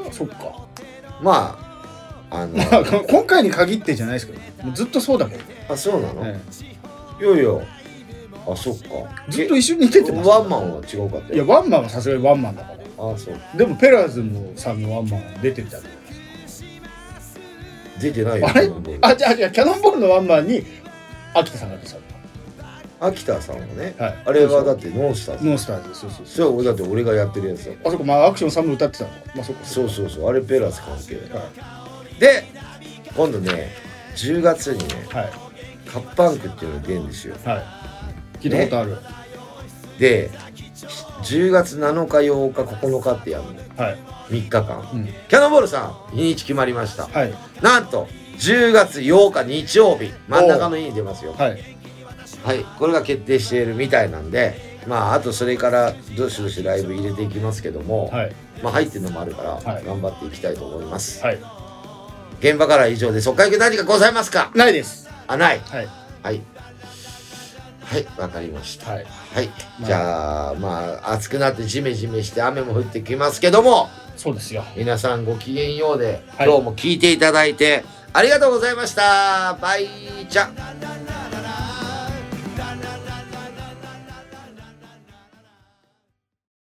あそっかまああの今回に限ってじゃないですけどもうずっとそうだけど。あそうなの、ええ、いやいやあそっかずっと一緒に出てます。ワンマンは違うかって。いやワンマンはさすがにワンマンだから。あそうでもペラーズもさんのワンマン出てるじゃないですか。出てないよ。あれあじゃあじゃあキャノンボールのワンマンに秋田さんが出たの。秋田さんはね、はい、あれはだってノンスターズノンスターズそうそうそうそうだって俺がやってるやつだ。あそこまあアクションさんも歌ってたの。まあそこそうそうそうあれペラーズ関係、はい、で今度ねじゅうがつにね、はい、カッパンクっていうのが出るんですよ。はい聞いたことある、ね、でじゅうがつなのかようかここのかってやるの、はい、みっかかん、うん、キャノンボールさん日にち決まりました、はい、なんとじゅうがつようか日曜日真ん中の日に出ますよ。 はい、 はい、これが決定しているみたいなんで、まああとそれからどしどしライブ入れていきますけども、はい、まあ入ってるのもあるから、はい、頑張っていきたいと思います。はい、現場からは以上です。他に何かございますか？ ないです。 あ、ない。 はいはいはい、わかりました。はい、はいまあ、 じゃあまあ暑くなってジメジメして雨も降ってきますけども、 そうですよ。 皆さんごきげんようで、はい、今日も聞いていただいてありがとうございました。バイチャ。